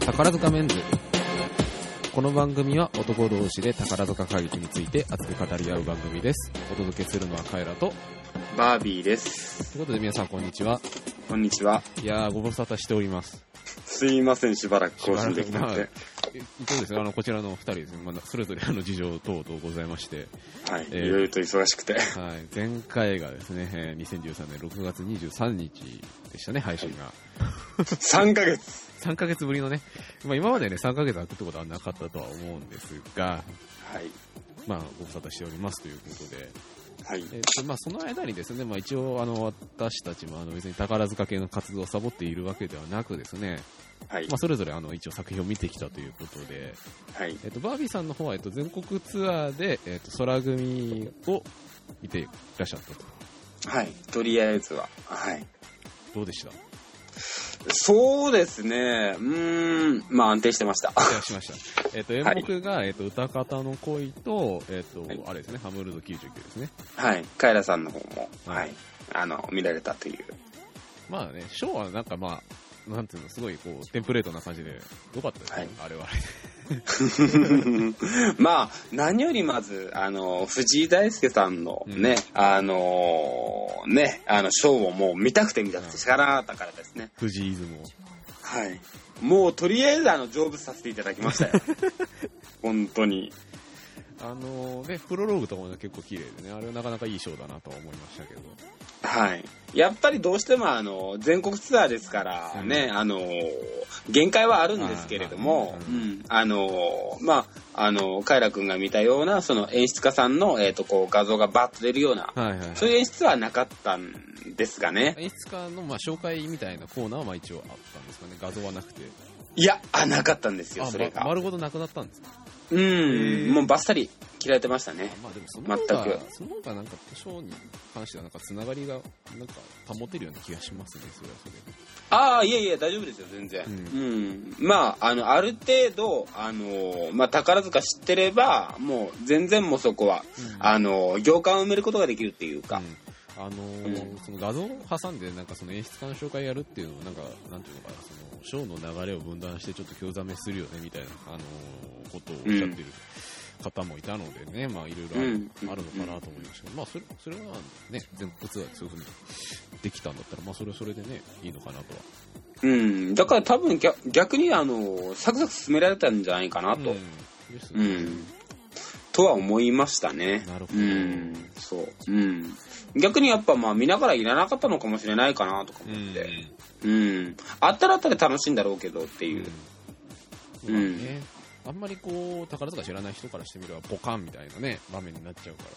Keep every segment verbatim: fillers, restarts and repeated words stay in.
宝塚メンズ。この番組は男同士で宝塚歌劇について熱く語り合う番組です。お届けするのはカエラとバービーです。 ということで皆さんこんにちは。 こんにちは。 いやーご無沙汰しております。 すいません、しばらく更新できなくて。 そうですね、あのこちらのふたりですね、まあ、それぞれあの事情等々ございまして、 はい、えー、いろいろと忙しくて、はい、 前回がですね、えー、にせんじゅうさんねんろくがつにじゅうさんにちでしたね、配信が。 さんかげつさんかげつぶりのね、まあ、今までねさんかげつ空くってことはなかったとは思うんですが、はい、まあご無沙汰しておりますということで、はい、えーとまあ、その間にですね、まあ、一応あの私たちもあの別に宝塚系の活動をサボっているわけではなくですね、はい、まあ、それぞれあの一応作品を見てきたということで、はい、えーとバービーさんの方は、えーと全国ツアーで、えーと空組を見ていらっしゃったと。 はい、とりあえずは、はい、 どうでした？ そうですね、うーん、まあ安定してました。 安定しました。えっ、ー、と演目が、はい、えっ、ー、と歌方の恋と、えっ、ー、と、はい、あれですね、ハムルドきゅうじゅうきゅうですね。 はい、カエラさんの方も、はい、あの見られたという。 まあね、ショーはなんかまあなんていうのすごいこうテンプレートな感じで良かったですね、はい、あれはあれまあ何よりまずあの藤井大輔さんのね、うん、あのねあのショーをもう見たくて見たくて仕方なかったからですね。 藤井イズムを、 はい、もうとりあえずあの成仏させていただきましたよ本当に。 あのね、プロローグとかも結構綺麗でね、あれはなかなかいいショーだなとは思いましたけど、 はい、やっぱりどうしてもあの全国ツアーですからね、うん、あの限界はあるんですけれども、うん、あのまああのカエラ君が見たようなその演出家さんの、えー、とこう画像がバッと出るような、はいはいはい、そういう演出はなかったんですがね。 演出家のまあ紹介みたいなコーナーはまあ一応あったんですかね。画像はなくて。 いや、あなかったんですよ。それが、 ま、丸ごとなくなったんですか。 うん、もうバッサリ切られてましたね。 まあでもその方が、全くその方がなんかショーに関してはなんかつながりがなんか保てるような気がしますね。それはそれで。ああ、いやいや大丈夫ですよ全然。うん、うん、まああのある程度あのまあ宝塚知ってればもう全然もうそこは、うん、あの行間を埋めることができるっていうか。うんあのーうん、その画像を挟んでなんかその演出家の紹介やるっていうのをなんかなんていうのかな、そのショーの流れを分断してちょっと興ざめするよねみたいな、あのー、ことをおっしゃってる方もいたのでね、まあいろいろあるのかなと思いましたけど、まあそれそれはね全国ツアーでそういう風にできたんだったらまあそれはそれでねいいのかなとは。 うん、だから多分逆にあのサクサク進められたんじゃないかなと。うんですね。うんとは思いましたね。 なるほど。 うん、そう。うん。逆にやっぱまあ見ながらいらなかったのかもしれないかなとか思って。うん。うん、あったらあったで楽しいんだろうけどっていう。 うん。うんまあね、あんまりこう宝塚知らない人からしてみればポカンみたいなね場面になっちゃうから。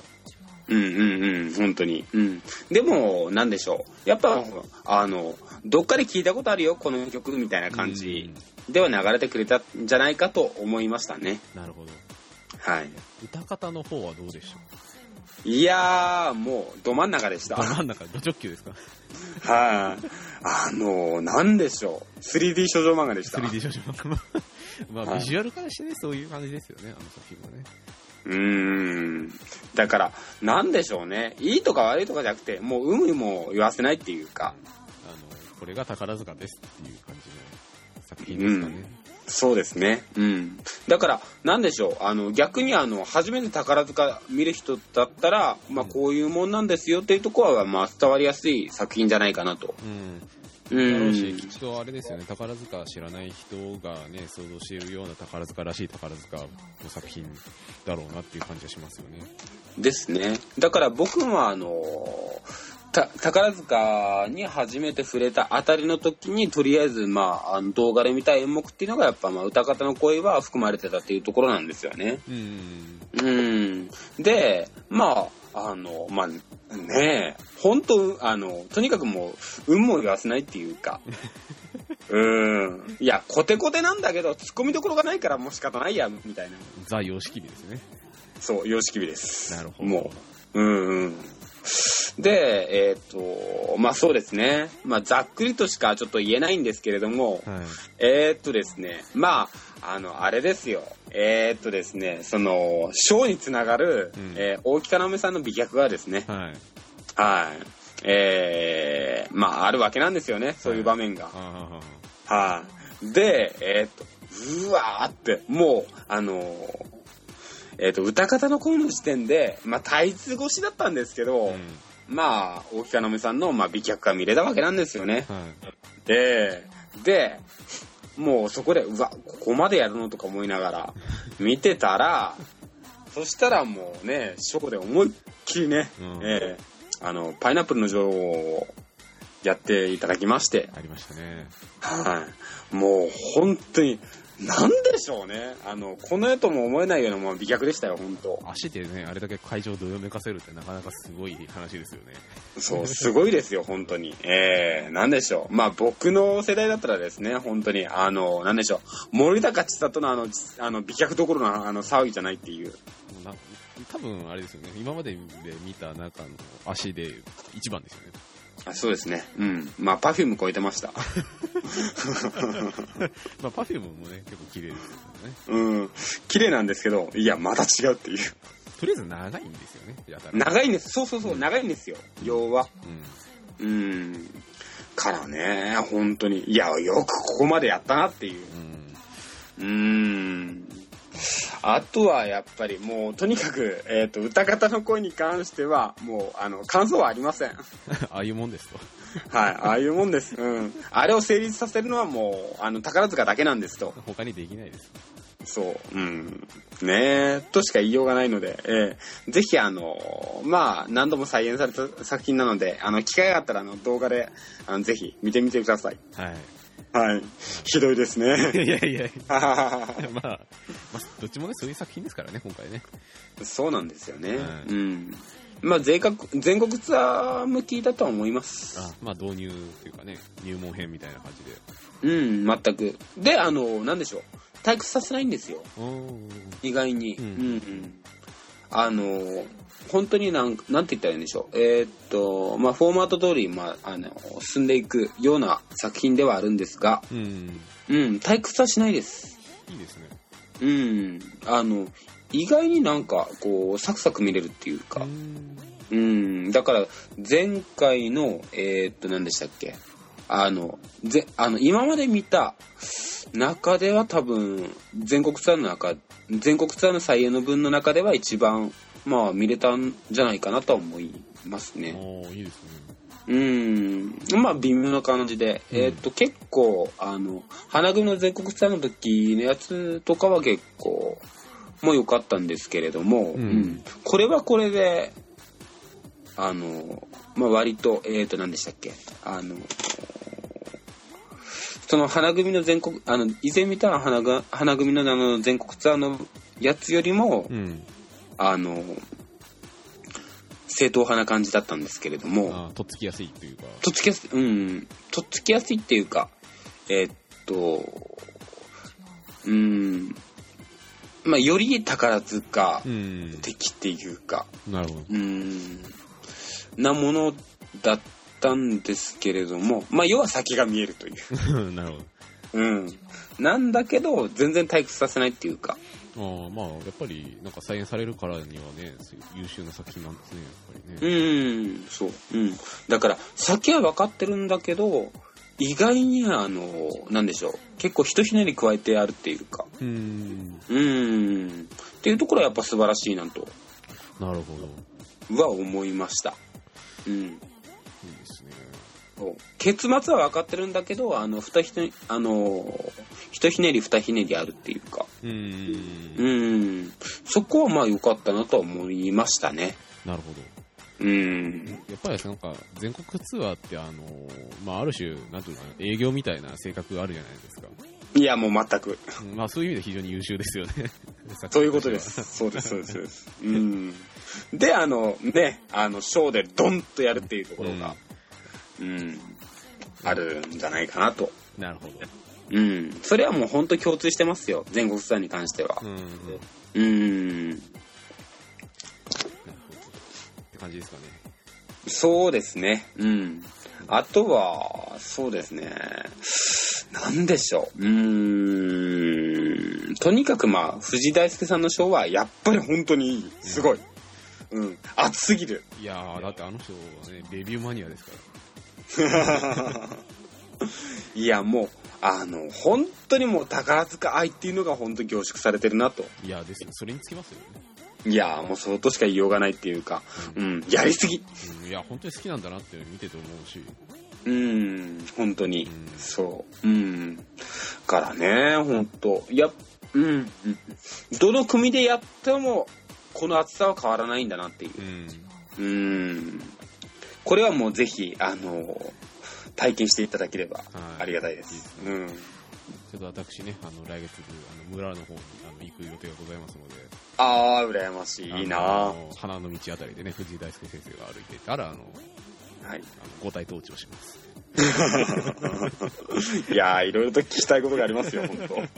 うんうんうん本当に。うん。でもなんでしょう。やっぱあのどっかで聞いたことあるよこの曲みたいな感じでは流れてくれたんじゃないかと思いましたね。 なるほど。 はい。 歌方の方はどうでしょう。いやーもうど真ん中でした。 ど真ん中、ど直球ですか。 はい、あ。あのー、なんでしょう。スリーディー 少女漫画でした。 スリーディー 少女漫画。まあビジュアルからしてねそういう感じですよねあの作品はね。 うーん。だからなんでしょうね。いいとか悪いとかじゃなくてもう有無も言わせないっていうか。 あのこれが宝塚ですっていう感じの作品ですかね。うんそうですね。うん。だからなんでしょう。あの逆にあの初めて宝塚見る人だったら、まあこういうもんなんですよっていうところはまあ伝わりやすい作品じゃないかなと。 うん。うん。だろうし、きっとあれですよね。宝塚知らない人がね想像しているような宝塚らしい宝塚の作品だろうなっていう感じがしますよね。 ですね。だから僕はあの。た宝塚に初めて触れたあたりの時にとりあえず、まあ、あの動画で見た演目っていうのがやっぱ、まあ、歌方の声は含まれてたっていうところなんですよね。うんうんでまああのまあねえ本当あのとにかくもう運も言わせないっていうかうんいやコテコテなんだけどツッコミどころがないからもう仕方ないやみたいな。 ザ・様式美ですね。 そう様式美です。 なるほど。 もううんうんで、えっと、まあそうですね。まあざっくりとしかちょっと言えないんですけれども、はい、えっとですね、まあ、あの、あれですよ。えっとですね、その、ショーにつながる、うんえー、大木要さんの美脚がですね、はい。はい。えー、まああるわけなんですよね。そういう場面が。はい。はで、えっと、 うわーって、もう、あのー、えっと、歌方の声の時点で、まあ、タイツ越しだったんですけど、うん、まあ、大木かなめさんの、まあ、美脚が見れたわけなんですよね。はい、で、で、もうそこで、うわ、ここまでやるのとか思いながら見てたら、そしたらもうね、ショーで思いっきりね、うん、えー、あの、パイナップルの女王をやっていただきまして。 ありましたね。 はい。もう本当に、なんでしょうね。あの、この絵とも思えないようなもう美脚でしたよ、本当。 足でね、あれだけ会場をどよめかせるってなかなかすごい話ですよね。 そう、すごいですよ、本当に。えー、なんでしょう。まあ僕の世代だったらですね、本当に、あの、なんでしょう。森高千里のあの、あの美脚どころのあの騒ぎじゃないっていう。 な多分あれですよね。今までで見た中の足で一番ですよね。 あ、そうですね。うん。まあ、パフューム超えてました。 まあ、パフュームもね、結構綺麗ですよね。うん。綺麗なんですけど、いや、また違うっていう。 とりあえず長いんですよね。 長いんです。そうそうそう、うん、長いんですよ。要は。うん。うん。からね、本当に。いや、よくここまでやったなっていう。うん。うーん。あとはやっぱりもうとにかく、えーと、歌方の声に関してはもうあの感想はありません。 ああいうもんですと。 はい、ああいうもんです。うん。あれを成立させるのはもうあの宝塚だけなんですと。 他にできないです。 そう、うん。ねえ、としか言いようがないので、えー、ぜひあの、まあ、何度も再演された作品なので、あの、機会があったらあの動画で、あのぜひ見てみてください。 はい。 はい。ひどいですね。 いやいやいや。まあ、まあ、どっちもね、そういう作品ですからね、今回ね。 そうなんですよね。はい、うん。まあ、全国、全国ツアー向きだとは思います。 あ、まあ、導入っていうかね、入門編みたいな感じで。うん、全く。で、あの、なんでしょう。退屈させないんですよ。意外に。うん、うんうん。あの、本当になん、なんて言ったらいいんでしょう。えー、っと、まあ、フォーマット通り、まあ、あの、進んでいくような作品ではあるんですが、うん、うん、退屈はしないです。 いいですね。 うん、あの、意外になんか、こう、サクサク見れるっていうか、うん、うん、だから、前回の、えー、っと、何でしたっけ、あの、ぜ、あの、今まで見た中では多分、全国ツアーの中、全国ツアーの再演の分の中では一番、まあ見れたんじゃないかなとは思いますね。 おー、いいですね。 うーん、まあ微妙な感じで、うん、えー、っと結構あの花組の全国ツアーの時のやつとかは結構もう良かったんですけれども、うんうん、これはこれであのまあ割とえー、っと何でしたっけあのその花組の全国あの以前見た花が花組のあの全国ツアーのやつよりも、うん、あの正統派な感じだったんですけれども、 あ、とっつきやすいっていうか、 とっつきやすい、うん、とっつきやすいっていうか、えー、っと、うん、まあより宝塚的っていうか、 なるほど、 うん、なものだったんですけれども、まあ要は先が見えるという。 なるほど。 うん、なんだけど全然退屈させないっていうか。 あ、まあやっぱりなんか再演されるからにはね、優秀な作品なんですね、やっぱりね。 うん、そう、うん。だから先は分かってるんだけど、意外にあのなんでしょう、結構ひとひねり加えてあるっていうか、うん、うんっていうところはやっぱ素晴らしいなと。 なるほど。は思いました。うん。いいですね。 結末は分かってるんだけど、あのふたひねあのひとひねりふたひねりあるっていうか、うん、うんそこはまあ良かったなと思いましたね。 なるほど。 うん、 やっぱりなんか全国ツアーってあのまあある種なんていうかな、営業みたいな性格があるじゃないですか。 いやもう全く。 まあそういう意味で非常に優秀ですよね。 そういうことです。そうですそうですそうです。うん。であのねあのショーでドンとやるっていうところが。うんうん、あるんじゃないかなと。 なるほど。 うん、それはもう本当共通してますよ、全国ツアーに関しては。うん、うん。なるほど。 って感じですかね。 そうですね。うん。あとはそうですね。なんでしょう。うーん。とにかくまあ藤井大輔さんのショーはやっぱり本当にいい。すごい。うん。熱すぎる。 いやーだってあの人はねレビューマニアですから。 いやもうあの本当にもう宝塚愛っていうのが本当に凝縮されてるなと。 いやですよ、それにつきますよね。 いやもうそうとしか言いようがないっていうか、うん、うん、やりすぎ、 うん、いや本当に好きなんだなって見てて思うし、 うん本当に、うん、そううんからね本当いやうん、うん、どの組でやってもこの厚さは変わらないんだなっていう、うん、うんこれはもうぜひあの体験していただければありがたいです。いいですね、うん、ちょっと私ねあの来月あの村の方にあの行く予定がございますので。 ああ羨ましい、いいな。 花の道あたりでね藤井大輔先生が歩いていたらあの、はい、あの五体統治をします。 いやーいろいろと聞きたいことがありますよ本当。と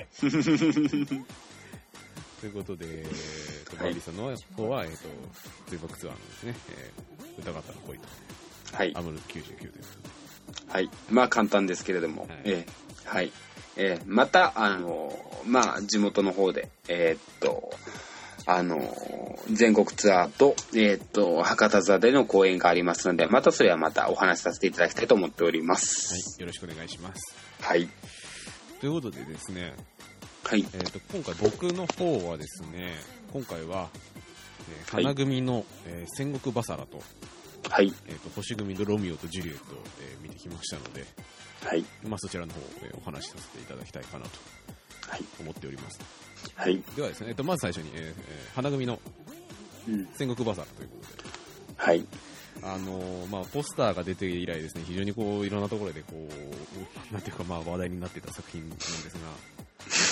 いうことで、バイリーさんの方は、えーと、全国ツアーのですね、えー、歌方の恋と、はい、アムロきゅうじゅうきゅうということで。 はい、まあ簡単ですけれども、はい、えー、はい、えー、また、あのー、まあ地元の方で、えー、っと、あのー、全国ツアーと、えー、っと、博多座での公演がありますので、またそれはまたお話しさせていただきたいと思っております。 はい、よろしくお願いします。 はい。 ということでですね、 はい、 えー、と今回僕の方はですね今回は、えー、花組の、はい、えー、戦国バサラと、 はいえー、と星組のロミオとジュリエットを、えー、見てきましたので、 はいまあ、そちらの方を、えー、お話しさせていただきたいかなと思っております、 はい、 ではですね、えー、とまず最初に、えー、花組の戦国バサラということで、 はい、 あのーまあ、ポスターが出て以来ですね非常にこういろんなところでこうなんていうかまあ話題になっていた作品なんですが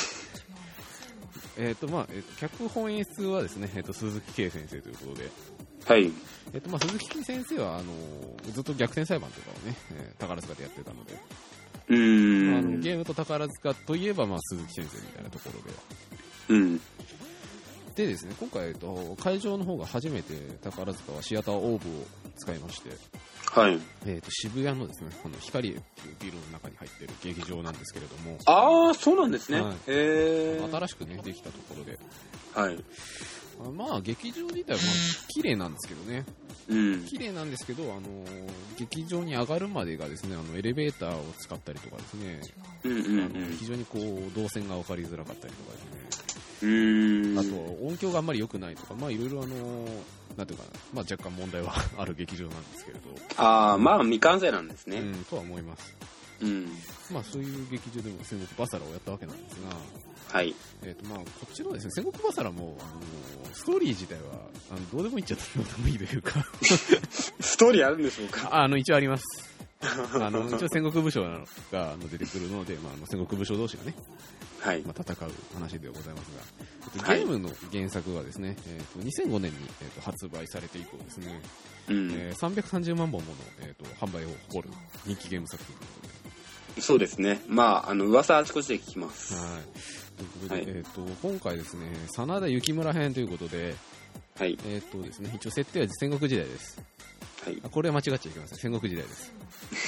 えーとまあえー、脚本演出はですね、えー、と鈴木圭先生ということで、 はいえーとまあ、鈴木先生はあのー、ずっと逆転裁判とかをね、えー、宝塚でやってたので、 うーん、 まあ、あのゲームと宝塚といえば、まあ、鈴木先生みたいなところで、うん、 でですね今回、えー、と会場の方が初めて宝塚はシアターオーブを使いまして、 はいえー、と渋谷のですねあの光っていうビルの中に入っている劇場なんですけれども、 ああそうなんですね、はい、 へー、新しくねできたところで、 はい、 あまあ劇場自体はまあ綺麗なんですけどね、 うん、 綺麗なんですけど、あのー、劇場に上がるまでがですねあのエレベーターを使ったりとかですね、 うんうんうん、 あの非常にこう動線が分かりづらかったりとかですね、 うーん、 あと音響があんまり良くないとか、まあいろいろあのなんていうかな、まあ若干問題はある劇場なんですけれど、 ああまあ未完成なんですね、 うん、とは思います。 うん、 まあそういう劇場でも戦国バサラをやったわけなんですが、はい、 えっ、ー、とまあこっちのですね戦国バサラもあのストーリー自体はあのどうでもいいっちゃどうでもいいというかストーリーあるんでしょうか。 あの一応あります。あの一応戦国武将が出てくるので、まあ、あの戦国武将同士がね、 はいまあ、戦う話ではございますが、ゲームの原作はですね、えー、とにせんごねんに、えー、と発売されて以降ですね、うんえー、さんびゃくさんじゅうまんぼんもの、えー、と販売を誇る人気ゲーム作品ということで、 そうですね、まあ、あの噂あちこちで聞きます。 はい、ということで、はいえー、と今回ですね真田幸村編ということで、 はいえーとですね、一応設定は戦国時代です。はい、これは間違っちゃいけません。戦国時代です。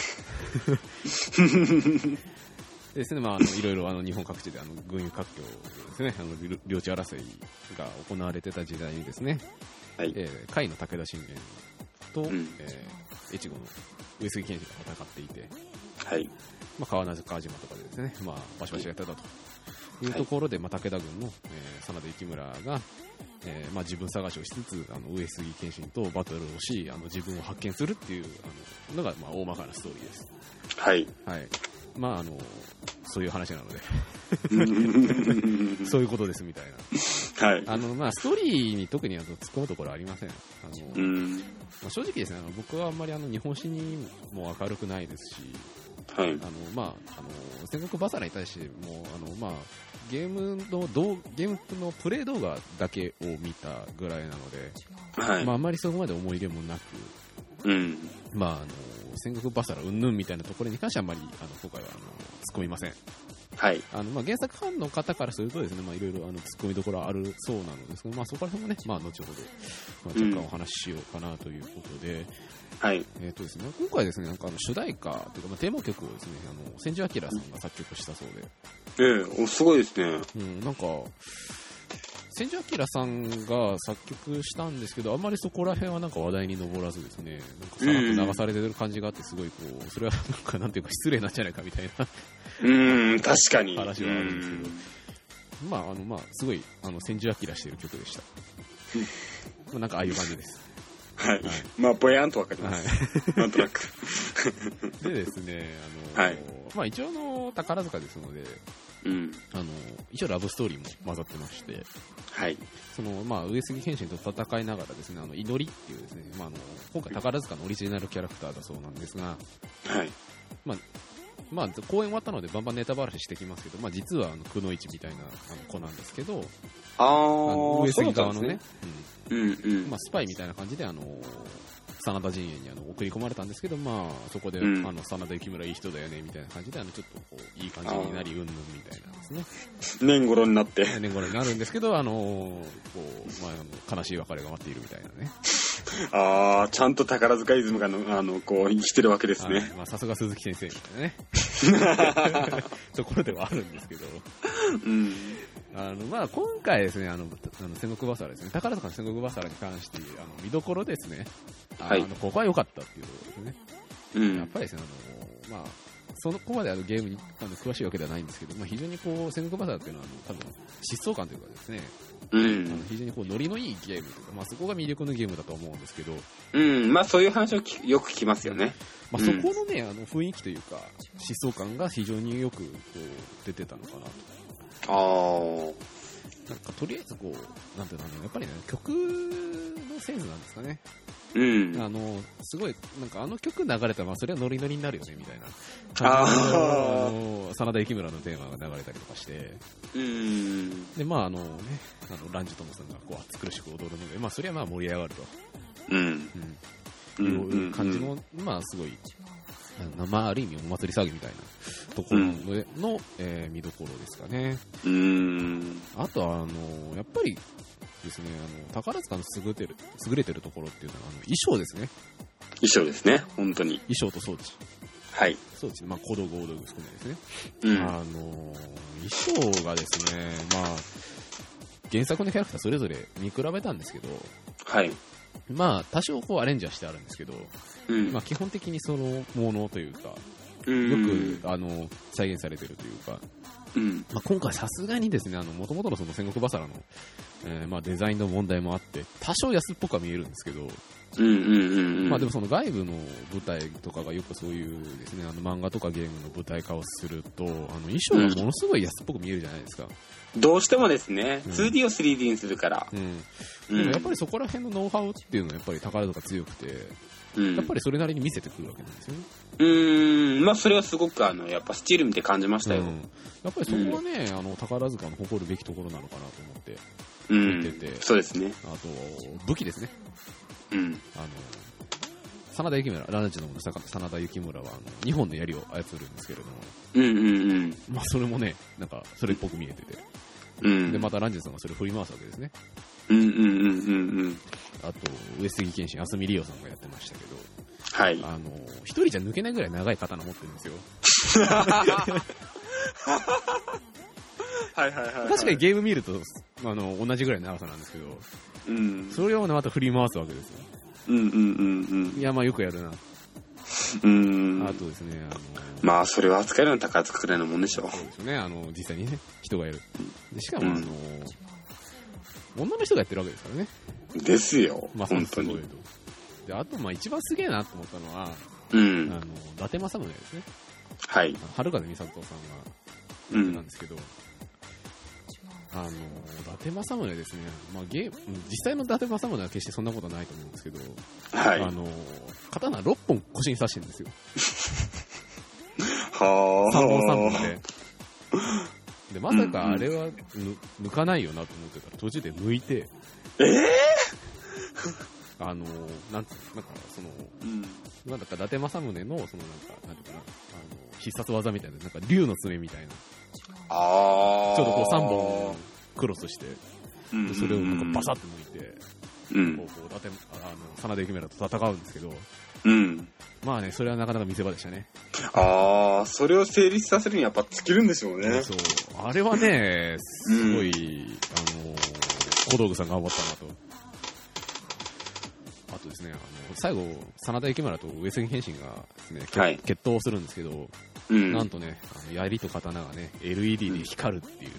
ですね、まあ、あのいろいろあの日本各地であの軍友割拠ですね、あの領地争いが行われてた時代にですね、 はいえー、甲斐の武田信玄と、 うんえー、越後の上杉謙信が戦っていて、 はいまあ、川中川島とかでですね、まあ、バシバシやってたというところで、まあ、武田軍の、えー、真田幸村がえーまあ、自分探しをしつつあの上杉謙信とバトルをしあの自分を発見するっていうあののが、まあ、大まかなストーリーです。 はい、 はいまあ、あのそういう話なのでそういうことですみたいな、はいあのまあ、ストーリーに特にあの突っ込むところはありません。あの、 うんまあ、正直ですねあの僕はあんまりあの日本史にも明るくないですし、 はい、 あのまあ、あの戦国バサラに対してもあの、まあ、ゲームの動ゲームのプレイ動画だけを見たぐらいなので、 はいまあ、あまりそこまで思い入れもなく、 うんまあ、あの戦国バサラうんぬんみたいなところに関してはあまりあの今回はあの突っ込みません。 はいあのまあ、原作ファンの方からするとですね、まあ、いろいろあの突っ込みどころはあるそうなのですが、まあ、そこら辺もね、まあ、後ほど、まあ、若干お話ししようかなということで、 うんはいえーとですね、今回ですねなんかあの主題歌というか、まあ、テーマ曲をですねあの千住明さんが作曲したそうで、 ええおすごいですね。 うん、なんか千住明さんが作曲したんですけどあんまりそこら辺はなんか話題に上らずですねなんかさらっと流されてる感じがあってすごいこうそれはなんかなんていうか失礼なんじゃないかみたいなうん、確かに。 話はあるんですけど、まあ、あの、まあ、すごい、あの、千住明している曲でした。まあ、なんかああいう感じです。 はい。はい、まあ、ぼやんとわかります。はい、なんとなく。 でですね、あの、はい、まあ、一応の宝塚ですので、うん、あの一応ラブストーリーも混ざってまして、はい、そのまあ、上杉謙信と戦いながらですね、あの祈りっていうですね、まあ、あの今回宝塚のオリジナルキャラクターだそうなんですが、はい、まあまあ、公演終わったのでバンバンネタバラシしてきますけど、まあ、実はあのくのいちみたいなあの子なんですけど、あの上杉側のね、うんうんうん、まあ、スパイみたいな感じであの真田陣営にあの送り込まれたんですけど、まあ、そこで、うん、あの真田幸村いい人だよねみたいな感じであのちょっとこういい感じになりうんぬんみたいなですね。 年頃になって年頃になるんですけど、あのこう、まあ、悲しい別れが待っているみたいなね。 ああ、ちゃんと宝塚イズムがのあのこう生きてるわけですね。 まあ、さすが鈴木先生みたいなねところではあるんですけど、うん、あのまあ、今回ですね、あのあの戦国バサラですね、宝塚の戦国バサラに関してあの見どころですね、はい、あのここは良かったっていうところですね、うん、やっぱりですね、あのまあそのここまであのゲームにあの詳しいわけではないんですけど、まあ、非常にこう戦国バサラっていうのはあの多分疾走感というかですね、うん、あの非常にこうノリのいいゲームというか、まあ、そこが魅力のゲームだと思うんですけど、 うん、まあ、そういう話をよく聞きますよね、 まあ、そこのね、あの雰囲気というか疾走感が非常によくこう出てたのかなと。ああ、なんかとりあえずこうなんていうの、やっぱりね、曲のセンスなんですかね。うん、あのすごいなんかあの曲流れたら、まあ、それはノリノリになるよねみたいな感じの真田幸村のテーマが流れたりとかして、うん、でまああのね、あのランジュトモさんがこう暑苦しく踊るので、まあそれはまあ盛り上がると、うんうん、いう感じの、まあすごいまあ、ある意味お祭り騒ぎみたいなところ の,、うんのえー、見どころですかね。うーん、あとはあのやっぱりですね、あの宝塚の優れてる優れてるところっていうのはあの衣装ですね。 衣装ですね、本当に。 衣装と装置。はい。装置、まあ小道具大道具含めですね。うん、あの衣装がですね、まあ原作のキャラクターそれぞれ見比べたんですけど、はい。まあ多少こうアレンジはしてあるんですけど、うん、まあ基本的にそのものというか、うん、よくあの再現されてるというか、うんまあ、今回さすがにですね、あの元々のその戦国バサラの、えー、まあデザインの問題もあって多少安っぽくは見えるんですけど、うんうんうんうん、まあでもその外部の舞台とかがよくそういうですね、あの漫画とかゲームの舞台化をすると、あの衣装がものすごい安っぽく見えるじゃないですか。 うん、どうしてもですね、うん、ツーディー をスリーディー にするから、うんうん、 でもやっぱりそこら辺のノウハウっていうのはやっぱり宝塚強くて、うん、やっぱりそれなりに見せてくるわけなんですよね。 うーん、まあそれはすごくあのやっぱスチール見て感じましたよ。うん、 やっぱりそこはね、うん、あの宝塚の誇るべきところなのかなと思って見てて、 うん、そうですね。 あと武器ですね。うん、あの真田幸村、ランジの真田幸村はあのにほんの槍を操るんですけれども、うんうんうん、まあそれもね、なんかそれっぽく見えてて、うん、でまたランジさんがそれを振り回すわけですね。うんうんうんうんうん。あと上杉謙信、渥美里央さんがやってましたけど、はい。あの一人じゃ抜けないぐらい長い刀持ってるんですよ。はいはいはい、はい。確かにゲーム見るとあの同じぐらいの長さなんですけど、うん。それをまた振り回すわけですよ。うんうんうんうん。いやまあよくやるな。うん。あとですね、あのまあそれは扱えるの宝塚くらいのもんでしょう。 そうですよね。あの実際にね人がやる。でしかもあの、うん女の人がやってるわけですからね。 ですよ。まあ、本当に。 で、あと、まあ、一番すげえなと思ったのは、うん。あの、伊達政宗ですね。はい。春風美里さんがやってたんですけど、うん、あの、伊達政宗ですね。まあ、ゲーム、実際の伊達政宗は決してそんなことないと思うんですけど、はい。あの、刀ろっぽん腰に刺してるんですよ。はぁ。さんぼんさんぼんで。でまさかあれは抜かないよなと思ってたら途中で抜いて、えー、あのなんつなんかその、うん、なんだか伊達政宗のそのなんかなんていうかな、あの必殺技みたいな、なんか竜の爪みたいな、あちょうどこうさんぼんクロスして、うん、でそれをなんかバサッと抜いて、うん、こうこう伊達あの真田幸村と戦うんですけど、うん、まあね、それはなかなか見せ場でしたね。 ああ、それを成立させるにはやっぱ尽きるんでしょうね。 そう、あれはね、すごい、うん、あの小道具さん頑張ったなと。あとですね、あの最後真田幸村と上杉謙信がですね、はい、決闘をするんですけど、 うん、なんとね、あの槍と刀がね エルイーディー で光るっていう、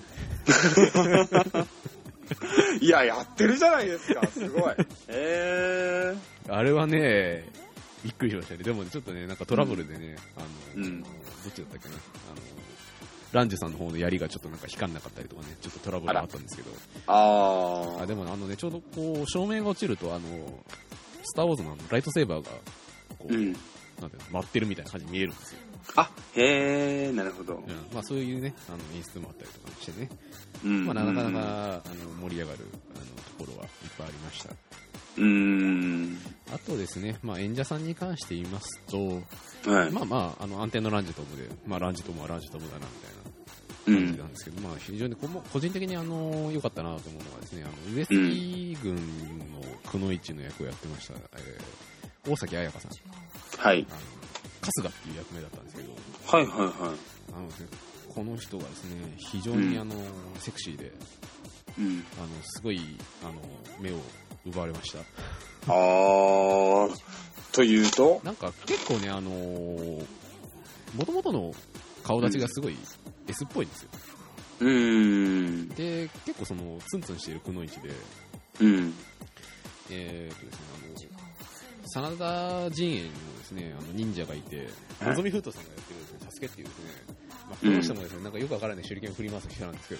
うん、いややってるじゃないですか、すごい。えー、あれはねびっくりしましたね。でも、ね、ちょっとねなんかトラブルでね、うん、あの、うん、どっちだったっけな、あのランジュさんの方の槍がちょっとなんか光んなかったりとかね、ちょっとトラブルがあったんですけど、 ああでもあのねちょうどこう照明が落ちるとあのスターウォーズのライトセーバーがこう、うん、なんていうの舞ってるみたいな感じに見えるんですよ。 あ、へえ、なるほど。うん、 まあそういうねあの演出もあったりとかしてね、うん、まあなかなかあの盛り上がるあのところはいっぱいありました。 うーん。 あとですね、まあ演者さんに関して言いますと、はい、まあまああの安定のランジトムで、まあランジトムはランジトムだなみたいな感じなんですけど、うん、まあ非常にこ個人的にあの良かったなと思うのはですね、あの上杉軍のくのいちの役をやってました、えー、大崎彩香さん。 はい。 あの春日っていう役名だったんですけど、 はいはいはい。 あの、ね、この人がですね非常にあの、うん、セクシーで、うん、あのすごいあの目を奪われました。 あーというとなんか結構ねあのー、元々の顔立ちがすごい S っぽいんですよ。 うーん。 で結構そのツンツンしているくのいちで、 うん。 えーとですねあの真田陣営にもですねあの忍者がいて、のぞみふうとさんがやってるですねサスケっていうですね、まあ、この人もですね、うん、なんかよくわからない手裏剣を振り回す人なんですけ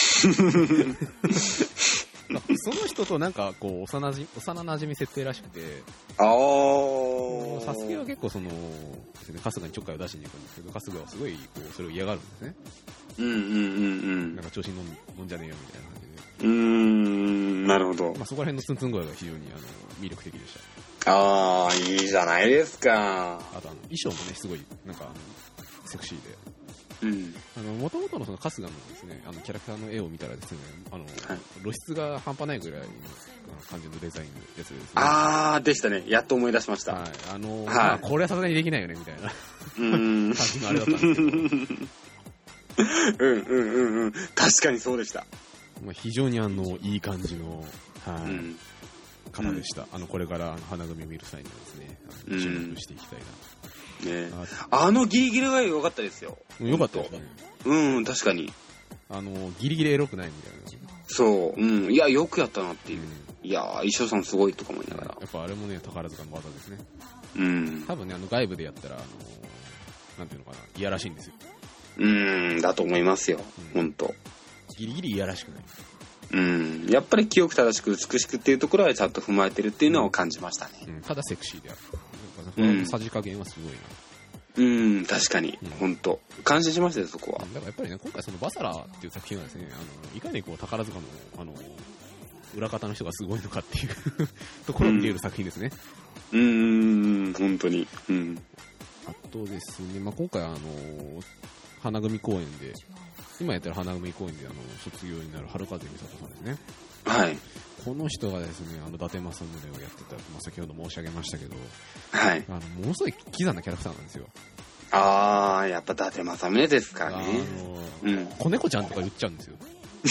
ど。その人となんかこう幼なじ幼馴染み設定らしくて、 あーサスケは結構そのですね春日にちょっかいを出しに行くんですけど、春日はすごいこうそれを嫌がるんですね。 うんうんうんうん。 なんか調子に飲ん飲んじゃねえよみたいな感じで。 うーん、なるほど。 まあそこら辺のツンツン声が非常にあの魅力的でした。ああ、いいじゃないですか。 あとあの衣装もねすごいなんかあのセクシーで。 うん、 あの元々のその春日のですねあのキャラクターの絵を見たらですねあの、はい、露出が半端ないぐらいの感じのデザインのやつですね。 あーでしたね、やっと思い出しました。 はい、あの、はい、まあ、これはさすがにできないよねみたいな感じのあれだったんですけど。 うんうんうんうん、確かにそうでした。 まあ、非常にあのいい感じの、はい、うん、方でした。あのこれからあの花組を見る際にはですね注目していきたいなと。 ね、あ, あのギリギリが良かったですよ。 良かったですね。 うん、確かに。 あのギリギリエロくないみたいな。 そう、うん、いやよくやったなっていう。うん、いや衣装さんすごいとか思いながら。 やっぱあれもね宝塚の技ですね。 うん。 多分ねあの外部でやったらあのなんていうのかないやらしいんですよ。 うん、だと思いますよ。本当、うん。 ギリギリいやらしくない。 うん、やっぱり清く正しく美しくっていうところはちゃんと踏まえてるっていうのを感じましたね。 うん、ただセクシーである。このさじ加減はすごいな。 うん、確かに、うん、本当感心しましたよそこは。 だからやっぱりね今回そのバサラっていう作品はですねあのいかにこう宝塚のあの裏方の人がすごいのかっていうところを見れる作品ですね。 うん、うーん本当に。うん。 あとですね、まあ、今回あの花組公演で今やってる花組公演であの卒業になる春風美里さんですね。 はい。 この人がですねあの伊達政宗をやってた、まあ、先ほど申し上げましたけど、 はい、 あのものすごいキザなキャラクターなんですよ。 あーやっぱ伊達政宗ですからね。 あのーうん、子猫ちゃんとか言っちゃうんですよ。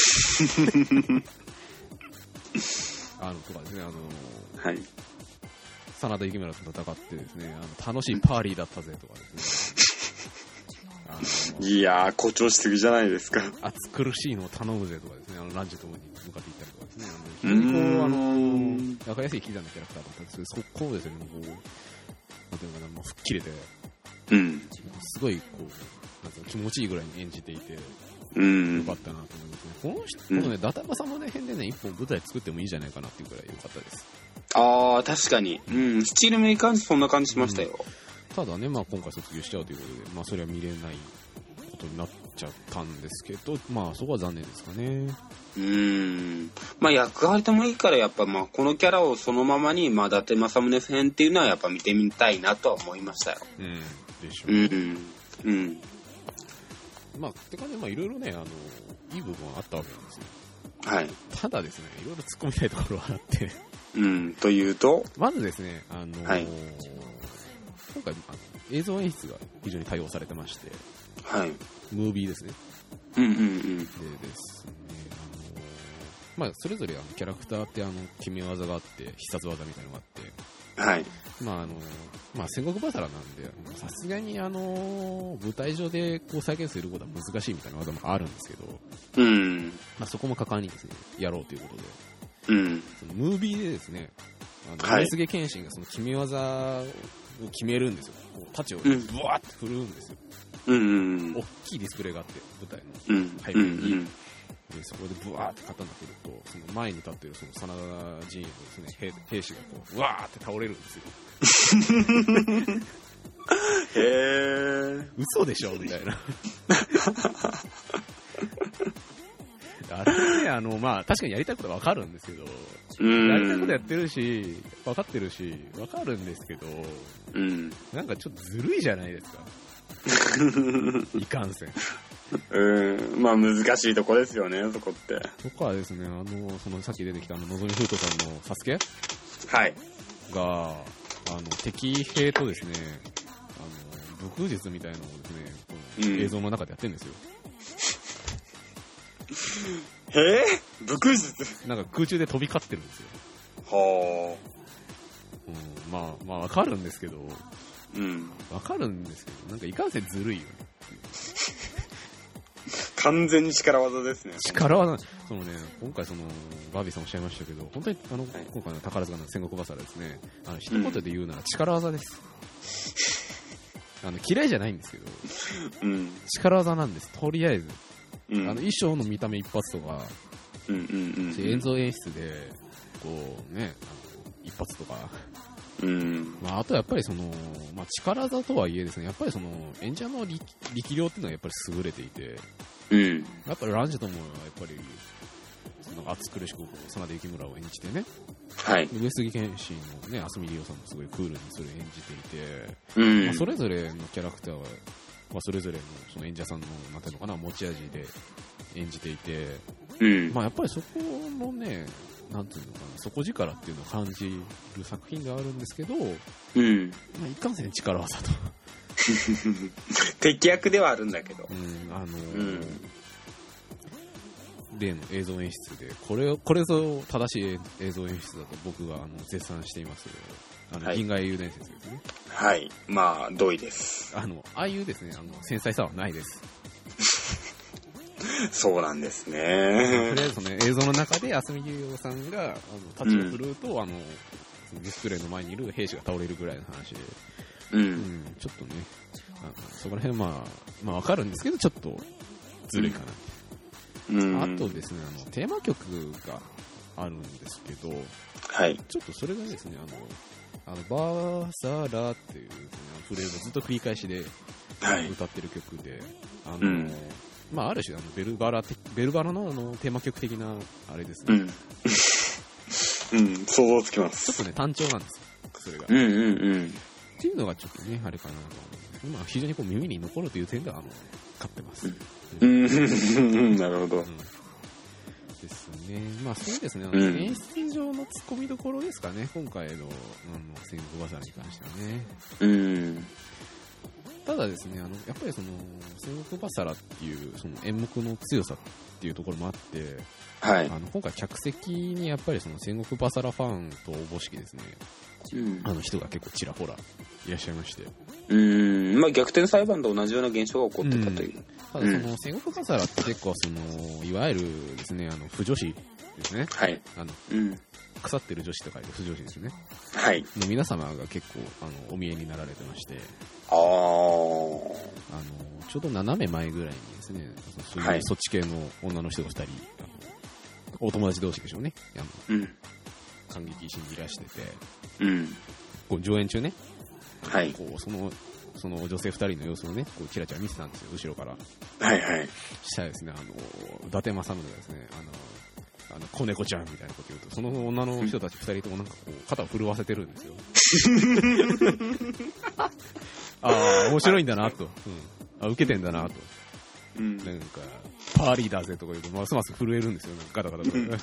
あのとかですねあのー、 はい。 真田幸村と戦ってですねあの楽しいパーリーだったぜとかですね。あのー、 いやー誇張しすぎじゃないですか。 暑苦しいのを頼むぜとかですねあのランジともに向かっていったりとかですね。非常にこうあのー、分かりやすいキザなキャラクターだったんですけどそこをですねこうなんていうのかなもう吹っ切れて、 うん、 すごいこうなんていうの気持ちいいぐらいに演じていて。 うん、 よかったなと思いますね。この人、うん、このね、伊達政宗編でね、一本舞台作ってもいいじゃないかなっていうくらい良かったです。 ああ、確かに。うん、スチールメーカーにそんな感じしましたよ。うん、 ただね、まあ今回卒業しちゃうということで、まあそれは見れないことになっちゃったんですけど、まあそこは残念ですかね。 うーん。まあ役割でもいいから、やっぱまあこのキャラをそのままに、まあ伊達政宗編っていうのはやっぱ見てみたいなとは思いましたよ。 うん。でしょう、ね。 うん。うん。 まあ、てかね、まあいろいろね、あの、いい部分はあったわけなんですよ。 はい。 ただですね、いろいろ突っ込みたいところはあって。 うん、というとまずですね、あのーはい、 今回あの映像演出が非常に多用されてまして、 はい。 ムービーですね。 うんうんうん。 でですね、あのー、まあ、それぞれあのキャラクターってあの決め技があって、必殺技みたいなのがあって、 はい。 まああの、まあ戦国バサラなんで、さすがにあの、舞台上でこう再現することは難しいみたいな技もあるんですけど、 うん。 まあそこも果敢にですね、やろうということで、 うん。 そのムービーでですね、あの、 はい。 上杉謙信がその決め技を決めるんですよ。こう太刀をブワーって振るんですよ。 うん。 大きいディスプレイがあって、舞台の背面に。うんうんでそこでブワーって刀振ると、その前に立っているその真田陣営のですね、兵、兵士がこう、ブワーって倒れるんですよ。 へー。 嘘でしょみたいな。あれね、あの、まあ、確かにやりたいことはわかるんですけど、やりたいことやってるし、わかってるし、わかるんですけど、 うん、 なんかちょっとずるいじゃないですか。いかんせん。 うん、まあ難しいとこですよね、そこって。 そこはですね、あの、そのさっき出てきたあの、のぞみふうとさんのサスケはい。 が、あの、敵兵とですね、あの、武空術みたいなのをですね、うん、映像の中でやってるんですよ。 へぇ武空術なんか空中で飛び交ってるんですよ。 はぁ、うん。まあ、まあわかるんですけど、 うん。 わかるんですけど、なんかいかんせんずるいよね。 完全に力技ですね。 力技、そのね、今回その、バービーさんおっしゃいましたけど、本当にあの、はい、今回の宝塚の戦国バサラですね、あの、一言で言うなら力技です。うん、あの、嫌いじゃないんですけど、 うん、 力技なんです、とりあえず。 うん、 あの、衣装の見た目一発とか、 うんうんうんうん、 演奏演出で、こうね、あの一発とか、 うんまあ、あとやっぱりその、まあ、力技とはいえですね、やっぱりその演者の 力, 力量っていうのはやっぱり優れていて、 うん、 やっぱりランジェともやっぱりその熱苦しく真田幸村を演じてね、 はい、 上杉謙信のね、渥美理央さんもすごいクールにそれを演じていて、 うんまあ、それぞれのキャラクターは、まあ、それぞれのその演者さんのなんていうのかな持ち味で演じていて、 うんまあ、やっぱりそこのね、なんていうのかな、底力っていうのを感じる作品ではあるんですけど、 うんまあ、いかんせん力技と敵役ではあるんだけど、 うん、あのーうん、 例の映像演出でこれをこれぞ正しい映像演出だと僕はあの絶賛しています。あの、はい、銀河英雄伝説ですね。 はい、まあ同意です。 あのああいうですね、あの繊細さはないです。 そうなんですね。 とりあえずその映像の中で渥美理央さんがあのタッチを振るうと、うん、あのディスプレイの前にいる兵士が倒れるぐらいの話で、 うんうん、 ちょっとね、あのそこら辺はまあまあわかるんですけどちょっとずるいかな。うん、あとですね、あのテーマ曲があるんですけど、 はい、 ちょっとそれがですね、あのあのバーサラっていう、ね、フレーズをずっと繰り返しで歌ってる曲で、はい、あの、うんまあ、ある種あのベルバラベルバラ の, あのテーマ曲的なあれですね。 うん、うん、想像つきます。 ちょっとね単調なんですよ。それが。 うんうんうん。 っていうのがちょっとねあれかなと思うんですけど、まあ非常にこう耳に残るという点ではあの勝ってます。 うん、うん、なるほど。うん、 ですね。まあそうですね。あのうん、演出上のツッコミどころですかね。今回のあの戦国バサラに関してはね。 うん。 ただですね、あのやっぱりその戦国バサラっていうその演目の強さっていうところもあって、 はい、 あの今回客席にやっぱりその戦国バサラファンとおぼしきですね、うん、あの人が結構ちらほらいらっしゃいまして、 うーん、まあ逆転裁判と同じような現象が起こってたという。うん、 ただその戦国バサラって結構そのいわゆるですね、あの腐女子ですね、 はい、 あの、 うん、 腐ってる女子と書いて腐女子ですね。 はい。 の皆様が結構あのお見えになられてまして、 ああのちょうど斜め前ぐらいにですね、そういうそっち系の女の人がふたり、あのお友達同士でしょうね。あの、 うん、 感激しにいらしてて、 うん、 こう上演中ね、 はい、 こうそのその女性ふたりの様子をね、こうチラチラ見てたんですよ、後ろから。 はいはい。 したらですね、あの伊達政宗がですね、あのあの子猫ちゃんみたいなこと言うと、その女の人たちふたりともなんかこう肩を震わせてるんですよ。ああ面白いんだなと、うん、あ受けてんだなと、うん、なんかパーリーだぜとか言うとますます震えるんですよ、なんかガタガタとか。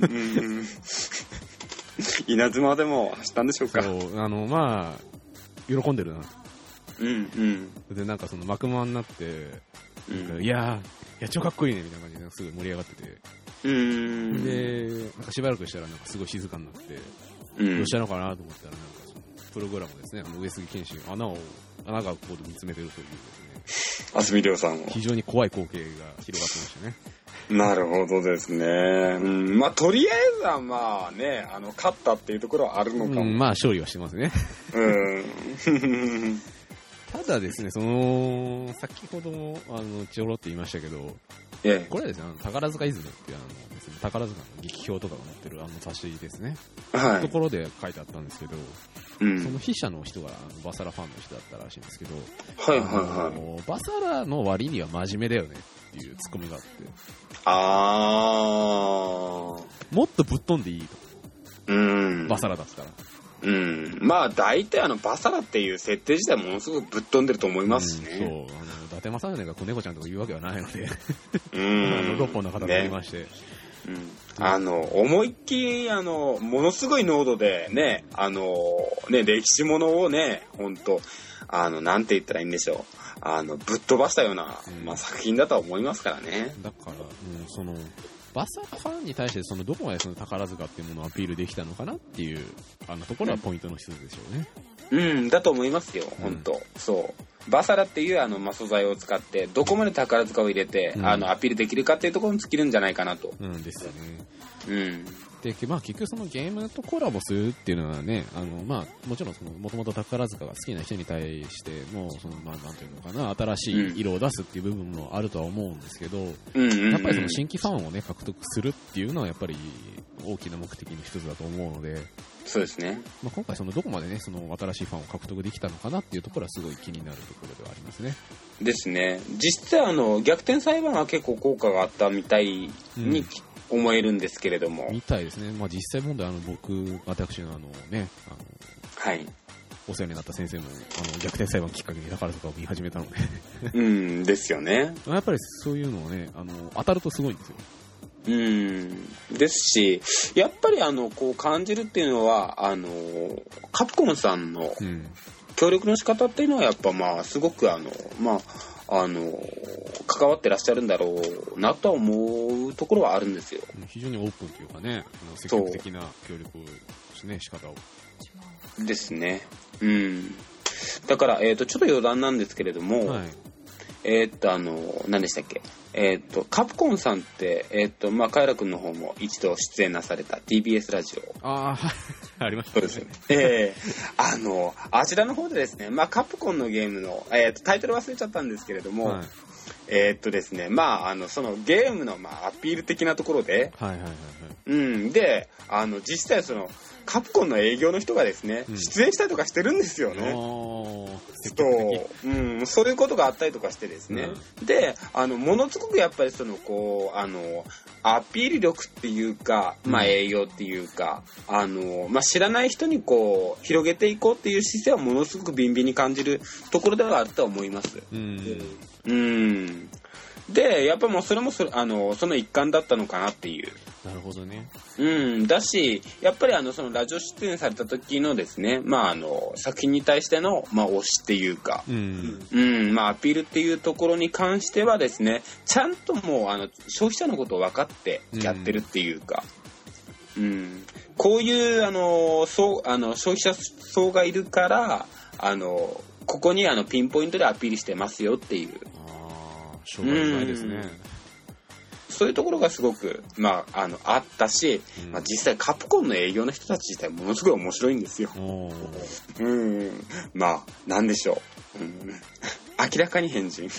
稲妻でも走ったんでしょうか。 そうあのまあ喜んでるな。 うんうん。 でなんかその幕間になって、なんか、うん、いやーいや超かっこいいねみたいな感じですごい盛り上がってて。 うーんでなんかしばらくしたらなんかすごい静かになって、うん、どうしたのかなと思ったらなんかそのプログラムですね、あの上杉謙信、穴を、穴がここで見つめてるというですね、渥美亮さんを。 非常に怖い光景が広がってましたね。 なるほどですね。うん、まあ、とりあえずはまあね、あの、勝ったっていうところはあるのかも。うん、 まあ、勝利はしてますね。 うん。 ただですね、その、先ほども、あの、ちょろって言いましたけど、 ええ、 これはですね、あの宝塚イズムっていうあのですね、宝塚の劇評とかが載ってるあの雑誌ですね。はい。ところで書いてあったんですけど、うん、その筆者の人があのバサラファンの人だったらしいんですけど、 はいはいはい。 バサラの割には真面目だよねっていうツッコミがあって。 あー。もっとぶっ飛んでいいと。 うん。 バサラだったら。 うん。まあ大体あのバサラっていう設定自体ものすごくぶっ飛んでると思いますしね。 うん、そう。あの、伊達政宗が子猫ちゃんとか言うわけはないので。うん。あの、六本の方がいまして。ね、 うん、あの、思いっきり、あの、ものすごい濃度でね、あの、ね、歴史ものをね、ほんと、あの、なんて言ったらいいんでしょう。あの、ぶっ飛ばしたような、うん、まあ、作品だとは思いますからね。 だから、うん、その、バサラファンに対してそのどこまでその宝塚っていうものをアピールできたのかなっていうあのところはポイントの一つでしょうね。 うん、だと思いますよ、本当、うん、そう。バサラっていうあの、まあ、素材を使ってどこまで宝塚を入れて、うん、あのアピールできるかっていうところに尽きるんじゃないかなと。 うんですよね。 うん。 で、まあ、結局そのゲームとコラボするっていうのはね、あの、まあ、もちろんその、もともと宝塚が好きな人に対しても、その、まあ、なんていうのかな、新しい色を出すっていう部分もあるとは思うんですけど、うん、やっぱりその新規ファンをね、獲得するっていうのはやっぱり大きな目的の一つだと思うので、 そうですね。 まあ、今回そのどこまでね、その新しいファンを獲得できたのかなっていうところはすごい気になるところではありますね。 ですね。実際あの、逆転裁判は結構効果があったみたいに、うん思えるんですけれども。 みたいですね。まあ実際問題、あの、僕、私のあのね、あの、 はい。 お世話になった先生も、あの、逆転裁判きっかけに宝塚を見始めたので。 うん、ですよね。 やっぱりそういうのをね、あの、当たるとすごいんですよ。 うん。ですし、やっぱりあの、こう感じるっていうのは、あの、カプコンさんの協力の仕方っていうのはやっぱまあ、すごくあの、まあ、あの関わってらっしゃるんだろうなとは思うところはあるんですよ。 非常にオープンというかね、積極的な協力ですね、仕方を。 ですね。うん。だから、えっと、ちょっと余談なんですけれども、はい、えっと、あの、何でしたっけ、えっと、カプコンさんって、えっと、まあ、カイラ君の方も一度出演なされた ティービーエス ラジオ。 ああ、ありましたね。 そうですよね。ええー、あの、あちらの方でですね、まあ、カプコンのゲームの、えっと、タイトル忘れちゃったんですけれども、はい、えー、っとですね、まあ、あの、そのゲームの、まあ、アピール的なところで、 はいはいはいはい。 うん、で、あの、実際その、カプコンの営業の人がですね、うん、出演したりとかしてるんですよね。そう、うん、そういうことがあったりとかしてですね。うん、で、あの、ものすごくやっぱりその、こう、あの、アピール力っていうか、まあ営業っていうか、うん、あの、まあ知らない人にこう、広げていこうっていう姿勢はものすごくビンビンに感じるところではあると思います。うん。うん。で、やっぱもうそれもそれ、あの、その一環だったのかなっていう。 なるほどね。 うん、だし、やっぱりあの、そのラジオ出演された時のですね、まああの、作品に対しての、まあ推しっていうか、うん、うん、まあアピールっていうところに関してはですね、ちゃんともうあの、消費者のことを分かってやってるっていうか、うん、うん、こういうあの、そう、あの、消費者層がいるから、あの、ここにあの、ピンポイントでアピールしてますよっていう。 ああ、商売うまいですね。うんそういうところがすごく、まあ、あの、あったし、うん、まあ、実際カプコンの営業の人たち自体ものすごい面白いんですよ。うん。まあ、なんでしょう。うん、明らかに変人。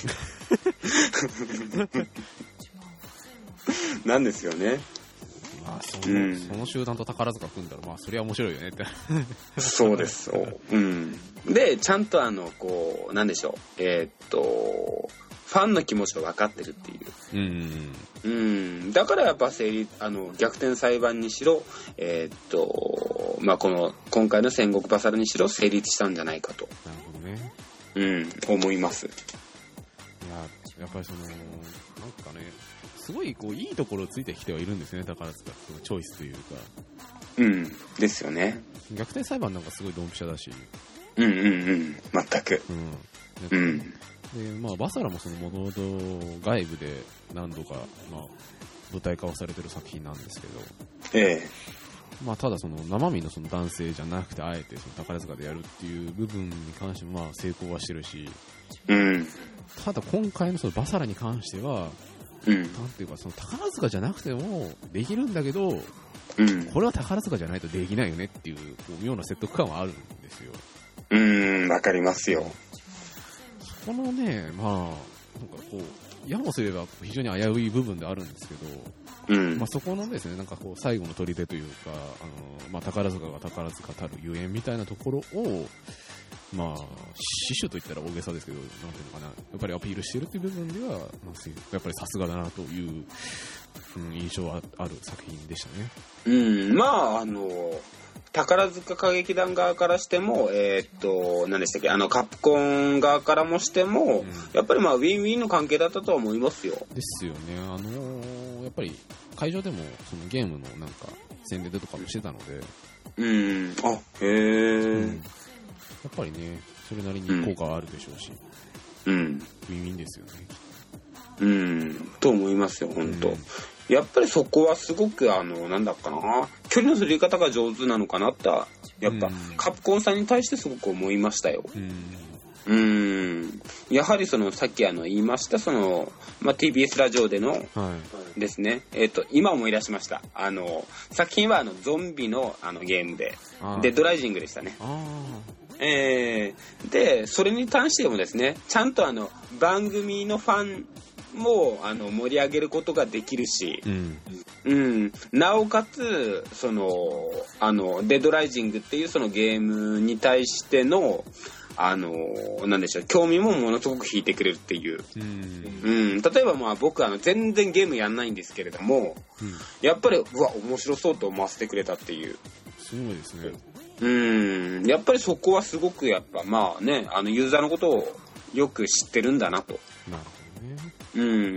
なんですよね。 まあ、その、うん、その集団と宝塚組んだら、まあ、それは面白いよねって。 そうです、そう。うん。で、ちゃんとあの、こう、なんでしょう。えー、っと、ファンの気持ちを分かってるっていう。うん。うん。だからやっぱ成立、あの、逆転裁判にしろ、えー、っと、まあ、この、今回の戦国バサラにしろ成立したんじゃないかと。 なるほどね。 うん、思います。いや、やっぱりその、なんかね、すごいこう、いいところをついてきてはいるんですね、宝塚。そのチョイスというか。 うん、ですよね。 逆転裁判なんかすごいドンピシャだし。 うんうんうん、全く。うん。うん。 で、まあ、バサラもそのモノド外部で何度か、まあ、舞台化をされてる作品なんですけど、 ええ。 まあ、ただその生身のその男性じゃなくてあえてその宝塚でやるっていう部分に関してもまあ成功はしてるし、 うん、 ただ今回のそのバサラに関しては、うん、なんていうかその宝塚じゃなくてもできるんだけど、うん、これは宝塚じゃないとできないよねっていう、こう妙な説得感はあるんですよ。 うーん、わかりますよ。 そこのね、まあなんかこうやもすれば非常に危うい部分であるんですけど、うんまあ、そこのですね、なんかこう最後の砦というか、あのまあ、宝塚が宝塚たるゆえんみたいなところを、まあ、死守といったら大げさですけど、なんていうのかな、やっぱりアピールしているという部分では、まあ、やっぱりさすがだなという、うん、印象はある作品でしたね。 うん、まあ、あの、宝塚歌劇団側からしても、えー、っと、何でしたっけ、あの、カプコン側からもしても、うん、やっぱりまあ、ウィンウィンの関係だったとは思いますよ。 ですよね。あのー、やっぱり、会場でも、そのゲームのなんか、宣伝とかもしてたので、 うん、あ、へー、うん。やっぱりね、それなりに効果はあるでしょうし、うん。ウィンウィンですよね。 うん、と思いますよ、本当。うんやっぱりそこはすごくあのなんだかな距離の取り方が上手なのかなってやっぱ、うん、カプコンさんに対してすごく思いましたよ。うん、うーんやはりそのさっきあの言いましたその、まあ、ティービーエス ラジオでの、はい、ですね、えー、と今思い出しましたあの作品はあのゾンビ の, あのゲームでデッドライジングでしたね。あえー、でそれに関してもですねちゃんとあの番組のファンもあの盛り上げることができるし、うんうん、なおかつそのあのデッドライジングっていうそのゲームに対してのあのなんでしょう興味もものすごく引いてくれるっていう、うんうん、例えばまあ僕あの全然ゲームやんないんですけれども、うん、やっぱりうわ面白そうと思わせてくれたっていうすごいですね。 うんやっぱりそこはすごくやっぱまあねあのユーザーのことをよく知ってるんだなと。なるほどね。うん、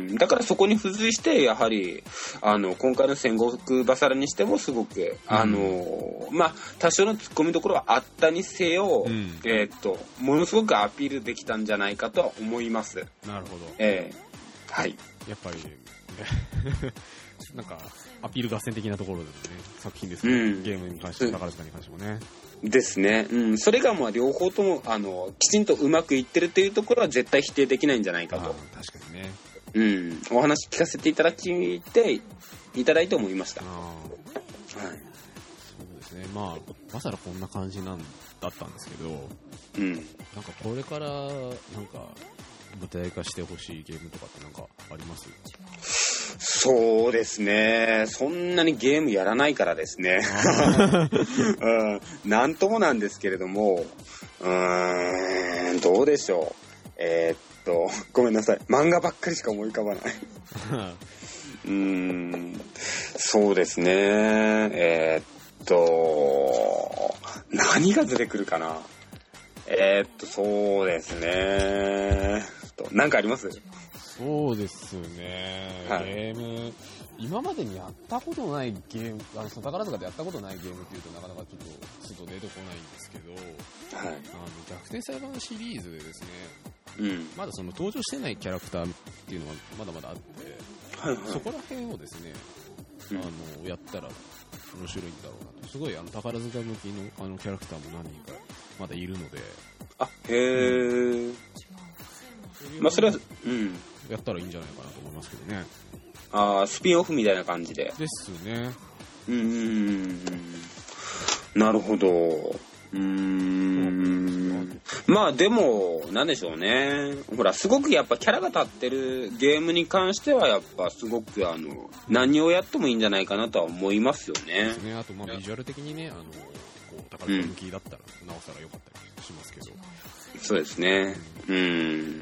だからそこに付随してやはりあの今回の戦国バサラにしてもすごく、うん、あのまあ多少の突っ込みどころはあったにせよ、うん、えー、っとものすごくアピールできたんじゃないかとは思います。 なるほど。 えー、はい。 やっぱりなんかアピール合戦的なところでのね作品ですね、うん、ゲームに関して宝塚に関してもね。 ですね、うん、それがまあ両方ともあのきちんとうまくいってるというところは絶対否定できないんじゃないかと。 確かにね、 うん、お話聞かせていただきていただいて思いました。あ、はい、 そうですね。まあまさらこんな感じなんだったんですけど、うん、なんかこれからなんか舞台化してほしいゲームとかってなんかあります？ そうですね。そんなにゲームやらないからですね。うん、なんともなんですけれども、うーん、どうでしょう。えー、っと、ごめんなさい。漫画ばっかりしか思い浮かばない。うーん、そうですね。えー、っと、何が出てくるかな。えー、っと、そうですね。なんかあります？ そうですね、はい、ゲーム今までにやったことないゲームあの宝塚でやったことないゲームっていうとなかなかちょっとすぐ出てこないんですけど、はい、あの逆転裁判シリーズでですね、うん、まだその登場してないキャラクターっていうのはまだまだあって、はいはい、そこら辺をですね、うん、あのやったら面白いんだろうなと。すごいあの宝塚向きのあのキャラクターも何人かまだいるので、 あ、へー、うん、まあそれはうんやったらいいんじゃないかなと思いますけどね。 ああ、スピンオフみたいな感じで。 ですね。 うーん。なるほど。うーん。まあでもなんでしょうね。ほらすごくやっぱキャラが立ってるゲームに関してはやっぱすごくあの何をやってもいいんじゃないかなとは思いますよね。 ですね。あとまあビジュアル的にね、あのこう宝塚向きだったらなおさら良かったりしますけど。 そうですね。うん。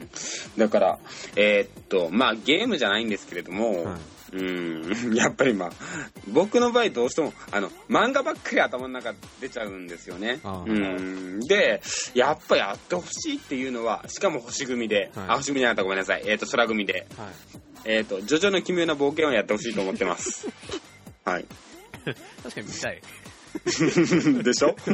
だから、えー、っと、まあゲームじゃないんですけれども、はい、うん、やっぱりまあ、僕の場合どうしても、あの、漫画ばっかり頭の中出ちゃうんですよね。うん。で、やっぱやってほしいっていうのは、しかも星組で、はい、あ、星組じゃなかったらごめんなさい。えー、っと、空組で、はい、えー、っと、ジョジョの奇妙な冒険をやってほしいと思ってます。はい。 確かに見たい。 でしょ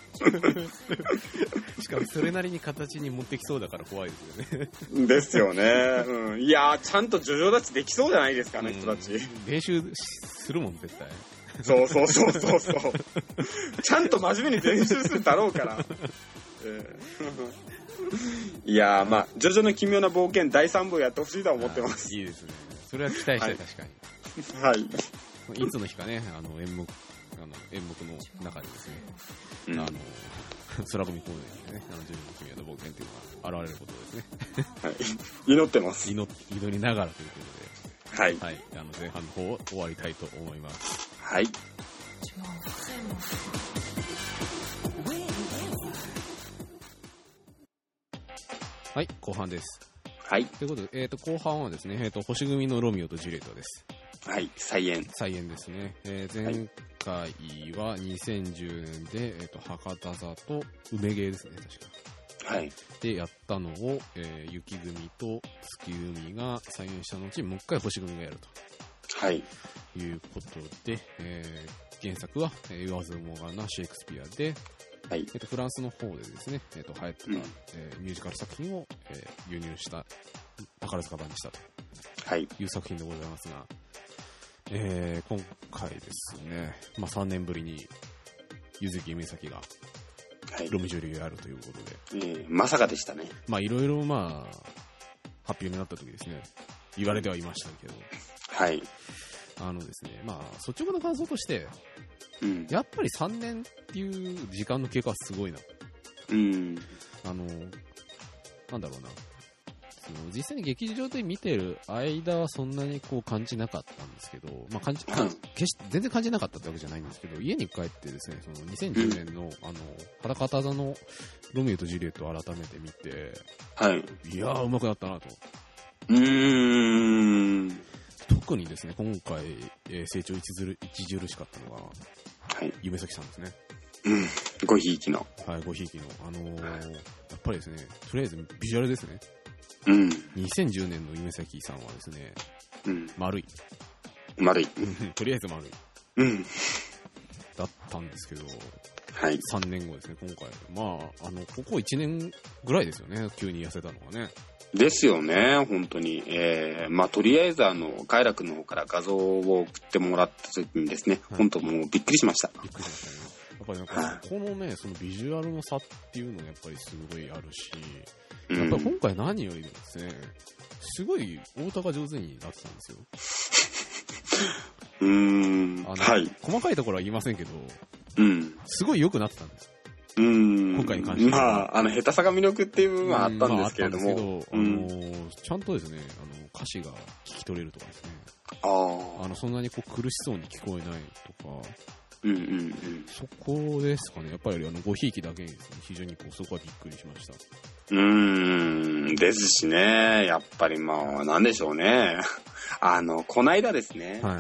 しかもそれなりに形に持ってきそうだから怖いですよね。 ですよね。うん、いやー、ちゃんとジョジョ立ちできそうじゃないですかね、人たち。 練習するもん、絶対。 そうそうそうそうそう。ちゃんと真面目に練習するだろうから。えー、いやー、まあ、ジョジョの奇妙な冒険だいさん部をやってほしいとは思ってます。 いいですね。それは期待したい、確かに。はい。 いつの日かね、あの演目、あの演目の中でですね、うん、あの空組公演でね、あのジョジョの奇妙な冒険っていうのが現れることですね。 はい。祈ってます。 祈祈りながらということで、 はい。 はい。あの前半の方を終わりたいと思います。 はい。 はい、後半です。 はい。 ということで、えっ、ー、と、後半はですね、えっ、ー、と、星組のロミオとジュリエットです。 はい、再演。 再演ですね。えー、前回はにせんじゅうねんで、えっ、ー、と、博多座と梅芸ですね、確か。 はい。 で、やったのを、えー、雪組と月組が再演した後、もう一回星組がやると。 はい。 いうことで、えー、原作は、えー、言わずもがなシェイクスピアで、 はい。 えっと、フランスの方でですね、えっと、流行ってた、うんえー、ミュージカル作品を、えー、輸入した宝塚版にしたと、はい、いう作品でございますが、えー、今回ですね、まあ、さんねんぶりに柚木夢咲が、はい、ロミジュリをやるということで、えー、まさかでしたね。 まあいろいろまあ発表になった時ですね、言われてはいましたけど、 はい。 あのですね、まあ率直な感想として、うん、やっぱりさんねんっていう時間の経過はすごいな。 うん。 あの、なんだろうな。その実際に劇場で見てる間はそんなにこう感じなかったんですけど、まあ感じ、決して全然感じなかったってわけじゃないんですけど、家に帰ってですね、そのにせんじゅうねんの、うん、あの、博多座のロミオとジュリエットを改めて見て、 はい。 いやー、上手くなったなと。 うーん。 特にですね、今回、えー、成長著しかったのが、はい、夢咲さんですね。 うん、ごひいきの。 はい、ごひいきの。あのー、やっぱりですね、とりあえずビジュアルですね。 うん。 にせんじゅうねんの夢咲さんはですね、 うん。 丸い。 丸い。 とりあえず丸い。 うん。 だったんですけど、 はい。 さんねんごですね、今回。まあ、あの、ここいちねんぐらいですよね、急に痩せたのがね。 ですよね、本当に。えー、まあ、とりあえず、あの、快楽の方から画像を送ってもらった時にですね、はい、本当もうびっくりしました。 びっくりしましたね。やっぱりなんか、はい、このね、そのビジュアルの差っていうのがやっぱりすごいあるし、やっぱり今回何よりもですね、すごい太田が上手になってたんですよ。 うーん。 あの、 はい。 細かいところは言いませんけど、 うん。 すごい良くなってたんです。 うーん。 今回に関しては。 まあ、あの、下手さが魅力っていう部分はあったんですけれども。 まあ、あったんですけど、うん、あの、ちゃんとですね、あの、歌詞が聞き取れるとかですね。 ああ。 あの、そんなにこう苦しそうに聞こえないとか。 うんうんうん。 そこですかね。やっぱりあの、ごひいきだけにですね、非常にこう、そこはびっくりしました。 うーん、ですしね、やっぱりまあ、なんでしょうね。あの、こないだですね、 はい、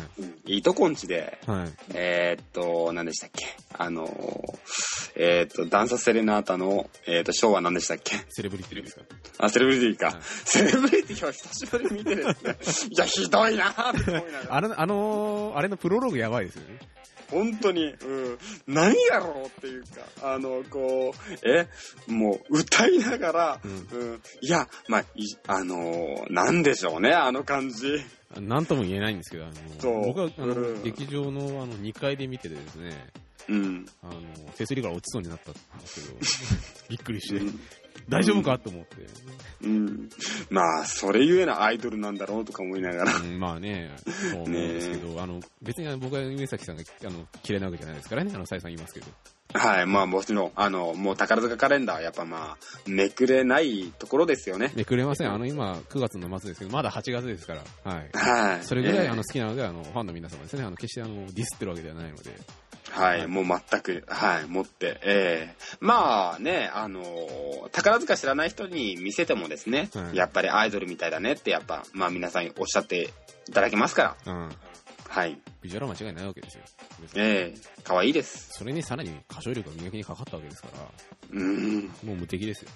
いとこんちで、 はい、 えー、っと、何でしたっけ、あの、えー、っと、ダンサセレナータの、えー、っと、ショーは何でしたっけ。 セレブリティですか。 あ、セレブリティか。はい、セレブリティを久しぶりに見てですね、いや、ひどいなーって思いながら。 あの、あのー、あれのプロローグやばいですよね。 本当に、うん、何やろうっていうか、あの、こう、え、もう、歌いながら、うん、うん、いや、まあ、いあのー、なんでしょうね、あの感じ。 なんとも言えないんですけど、あの僕はあの、 うん、 劇場のあのにかいで見ててですね、 うん、 あの手すりから落ちそうになったんですけど、びっくりして、うん、大丈夫かと思って、 うん、まあそれゆえのアイドルなんだろうとか思いながら、 うん、まあね、そう思うんですけど、ね、あの別に僕は夢咲さんがあの嫌いなわけじゃないですからね、あの再三言いますけど。 はい、まあもちろん、あの、もう宝塚カレンダーはやっぱまあ、めくれないところですよね。 めくれません。あの今、くがつの末ですけど、まだはちがつですから。はい。 はい。 それぐらい、えー、あの好きなので、あの、ファンの皆様ですね、あの、決してあの、ディスってるわけではないので。 はい、はい、もう全く、はい、持って、ええー、まあね、あの、宝塚知らない人に見せてもですね、はい、やっぱりアイドルみたいだねって、やっぱ、まあ皆さんおっしゃっていただけますから。うん。はい。 ビジュアルは間違いないわけですよ。 ええー、可愛いです。 それにさらに歌唱力が磨きにかかったわけですから。 うん。 もう無敵ですよ。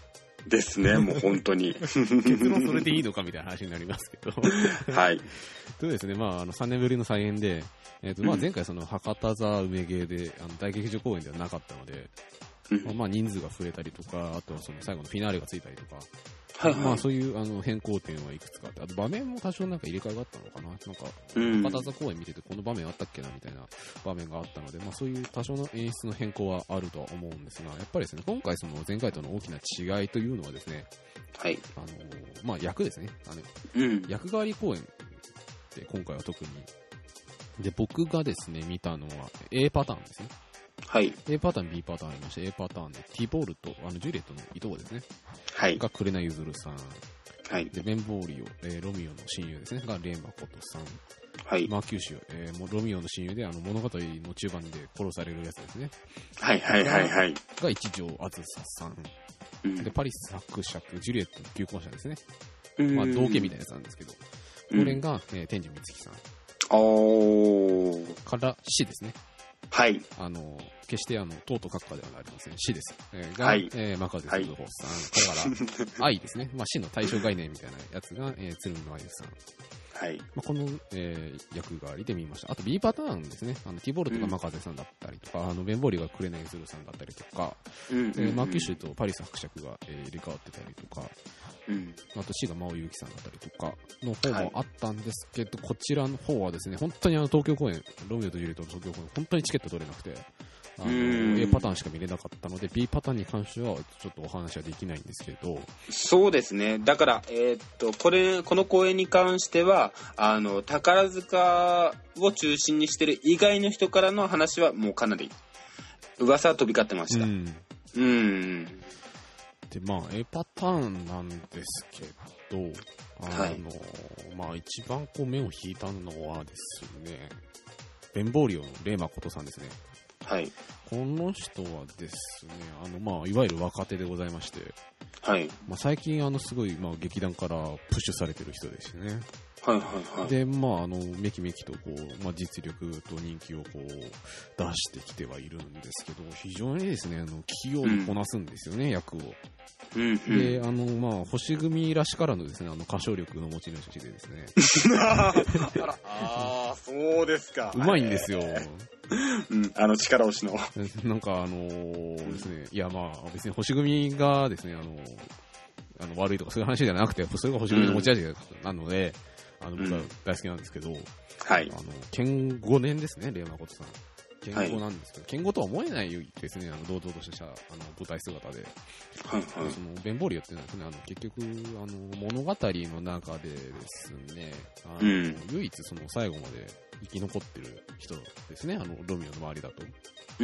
ですね、もう本当に。 結論それでいいのかみたいな話になりますけど。 はい。 とですね、まあ、あのさんねんぶりの再演で、えーとまあ、前回その博多座梅芸であの大劇場公演ではなかったので、うん、まあ、人数が増えたりとか、あとはその最後のフィナーレがついたりとか、はいはい、まあ、そういうあの変更点はいくつかあって、あと場面も多少なんか入れ替えがあったのかな、なんか、博多座公演見ててこの場面あったっけなみたいな場面があったので、まあ、そういう多少の演出の変更はあるとは思うんですが、やっぱりですね、今回その前回との大きな違いというのはですね、 はい。 あのまあ、役ですね、あの、うん、役替わり公演って今回は特に、で、僕がですね、見たのは A パターンですね。 はい。 A パターン、B パターンありまして、A パターンで、ティボルト、あの、ジュリエットのいとこですね。 はい。 が、紅ゆずるさん。 はい。 で、ベンボーリオ、えー、ロミオの親友ですね。が、レイマコトさん。 はい。 マーキューシュ、えー、ロミオの親友で、あの、物語の中盤で殺されるやつですね。 はいはいはいはい。 が、一条あずささん。うん、で、パリス伯爵、ジュリエットの旧婚者ですね。まあ、同家みたいなやつなんですけど。これが、えー、天智美月さん。 おー。 から、死ですね。 はい。 あの、決してあの、とうとう閣下ではありません。死です。えー、が、 はい、 えー、マカゼスズホさん。はい、だから、愛ですね。まあ、死の対象概念みたいなやつが、えー、鶴見真由さん。 はい。 まあ、この、えー、役替わりで見ました。あと B パターンですね。あの、ティボルトがマカゼさんだったりとか、うん、あの、ベンボーリがクレネイズルさんだったりとか、うんうんうん、えー、マーキュッシュとパリス伯爵が、えー、入れ替わってたりとか、うん、あと C が真央ゆきさんだったりとかの方もあったんですけど、はい、こちらの方はですね、本当にあの東京公演、ロミオとジュリエットの東京公演、本当にチケット取れなくて、あの A パターンしか見れなかったので B パターンに関してはちょっとお話はできないんですけど。 そうですね。だから、えー、っとこれこの公演に関してはあの宝塚を中心にしてる以外の人からの話はもうかなり噂は飛び交ってました。うん。うんでまあ A パターンなんですけど、あの、はい、まあ一番こう目を引いたのはですね、ベンボーリオのレイマコトさんですね。 はい。 この人はですね、あのまあいわゆる若手でございまして、 はい。 まあ最近あのすごいまあ劇団からプッシュされてる人でしてね。 はいはいはい。 でまああのめきめきとこうまあ実力と人気をこう出してきてはいるんですけど、非常にですねあの器用にこなすんですよね、うん、役を。うんうん、であのまあ星組らしからぬですねあの歌唱力の持ち主でですね。 あらあそうですか。 うまいんですよ。 うん、あの力押しのなんかあのー、ですね、いやまあ別に星組がですねあのあの悪いとかそういう話じゃなくて、それが星組の持ち味なので、うん、あの僕は大好きなんですけど、うん、 はい、 あの剣ごねんですね、レイマコトさん。剣語なんですけど、はい、剣語とは思えないですね、あの堂々としたあの舞台姿で、 はいはい、 そのベンボーリオっていうのはですね、あの結局あの物語の中でですね、あの、うん、唯一その最後まで生き残ってる人ですね、あのロミオの周りだと。 うん、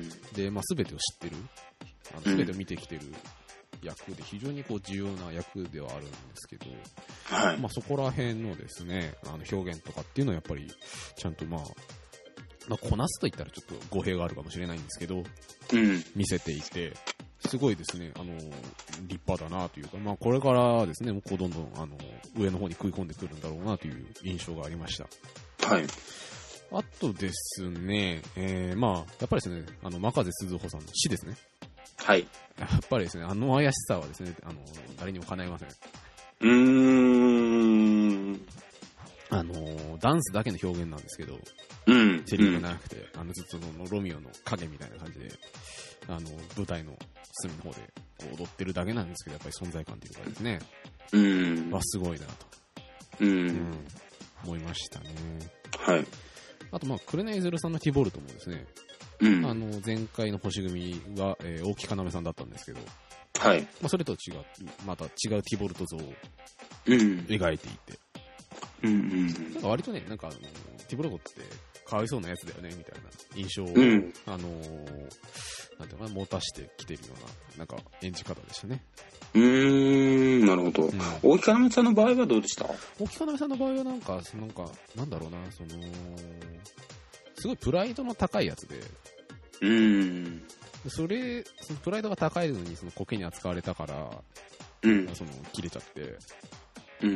で、まあ、全てを知ってる、あの全てを見てきてる役で非常にこう重要な役ではあるんですけど、 はい、 まあ、そこら辺のですね、あの表現とかっていうのはやっぱりちゃんとまあまあ、こなすと言ったらちょっと語弊があるかもしれないんですけど、 うん、 見せていて、すごいですね、あの、立派だなというか、まあ、これからですね、もうこうどんどん、あの、上の方に食い込んでくるんだろうなという印象がありました。 はい。 あとですね、えー、まあ、やっぱりですね、あの、真風鈴穂さんの死ですね。 はい。 やっぱりですね、あの怪しさはですね、あの、誰にも叶いません。 うーん。 あの、ダンスだけの表現なんですけど、 うん、 セリフがなくて、うん、あのずっとのロミオの影みたいな感じで、あの舞台の隅の方でこう踊ってるだけなんですけど、やっぱり存在感というかですね、 うん、 はすごいなと、 うん、 うん、思いましたね。 はい。 あとまあクレナイゼルさんのティボルトもですね、 うん、 あの前回の星組は、えー、大木かなめさんだったんですけど、 はい。 まあそれとは違う、また違うティボルト像を描いていて、 うんうん、 なんか割とね、なんかあのティボルトってかわいそうなやつだよねみたいな印象を、 うん、 あのー、なんていうかな、持たしてきてるようななんか演じ方でしたね。 うーん、なるほど。うん、大木かなめさんの場合はどうでした？ 大木かなめさんの場合はなんかなんかなんだろうな、そのすごいプライドの高いやつで、 うーん、 それそのプライドが高いのにそのコケに扱われたから、 うん、 その切れちゃって、 うんうん、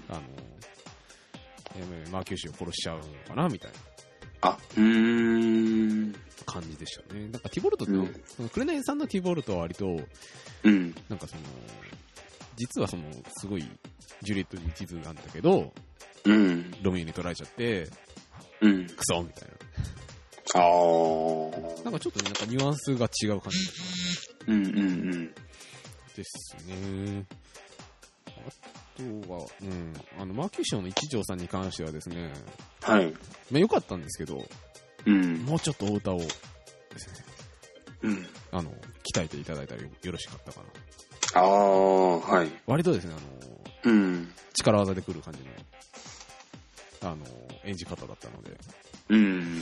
あのマーキューシーを殺しちゃうのかなみたいな。 あ、うーん。 感じでしたね。なんかティボルトって、うん、そのクレナイさんのティボルトは割と、 うん、 なんかその、実はその、すごい、ジュリエットに一途なんだけど、 うん、 ロミオに取られちゃって、 うん、 クソみたいな。 あー。 なんかちょっとね、なんかニュアンスが違う感じです。 うんうんうん。 ですね。あとは、うん、あの、マーキュー賞の一条さんに関してはですね、 はい。 まあ良かったんですけど、 うん、 もうちょっとお歌をですね、 うん、 あの、鍛えていただいたら よ, よろしかったかな。ああ、はい。 割とですね、あの、 うん、 力技で来る感じの、あの、演じ方だったので、 うん、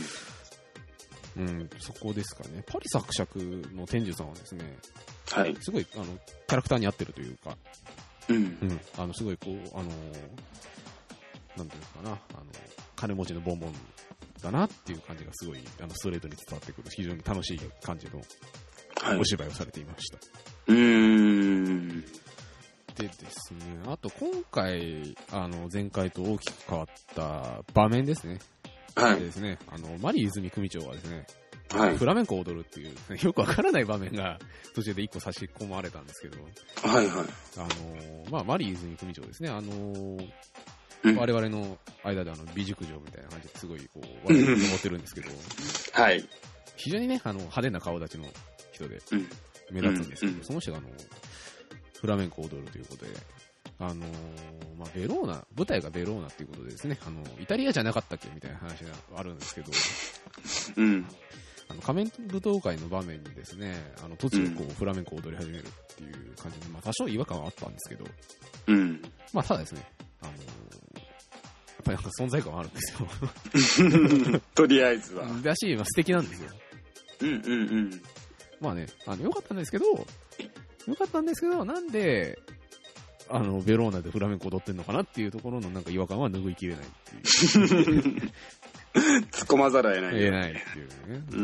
うん、そこですかね。パリ作尺の天寿さんはですね、 はい。 すごい、あの、キャラクターに合ってるというか、 うん、 うん、あの、すごいこう、あの、なんていうのかな、あの、金持ちのボンボンだなっていう感じがすごい、あの、ストレートに伝わってくる、非常に楽しい感じのお芝居をされていました。 はい、うーん。 でですね、あと今回、あの、前回と大きく変わった場面ですね。 はい。 でですね、あの、マリー泉組長はですね、 はい、 フラメンコを踊るっていう、よくわからない場面が途中で一個差し込まれたんですけど、 はいはい。 あの、まあ、マリー泉組長ですね、あの、 うん、 我々の間であの美熟女みたいな感じですごいこう我々に思ってるんですけど、 はい。 非常にね、あの派手な顔立ちの人で目立つんですけど、うんうん、その人があのフラメンコを踊るということで、あのー、まあ、ベローナ、舞台がベローナっていうことでですね、あのイタリアじゃなかったっけみたいな話があるんですけど、 うん、 あの仮面舞踏会の場面にですね、あの突如こう、うん、フラメンコを踊り始めるっていう感じで、まあ、多少違和感はあったんですけど、 うん、 まあ、ただですね、あのー、やっぱりなんか存在感はあるんですよ。とりあえずは。 だし、まあ、素敵なんですよ。 うんうんうん。 まあね、あの、良かったんですけど、良かったんですけど、なんで、あの、ベローナでフラメンコ踊ってんのかなっていうところのなんか違和感は拭いきれないっていう。突っ込まざるを得ない。 言えないっていうね。 うん。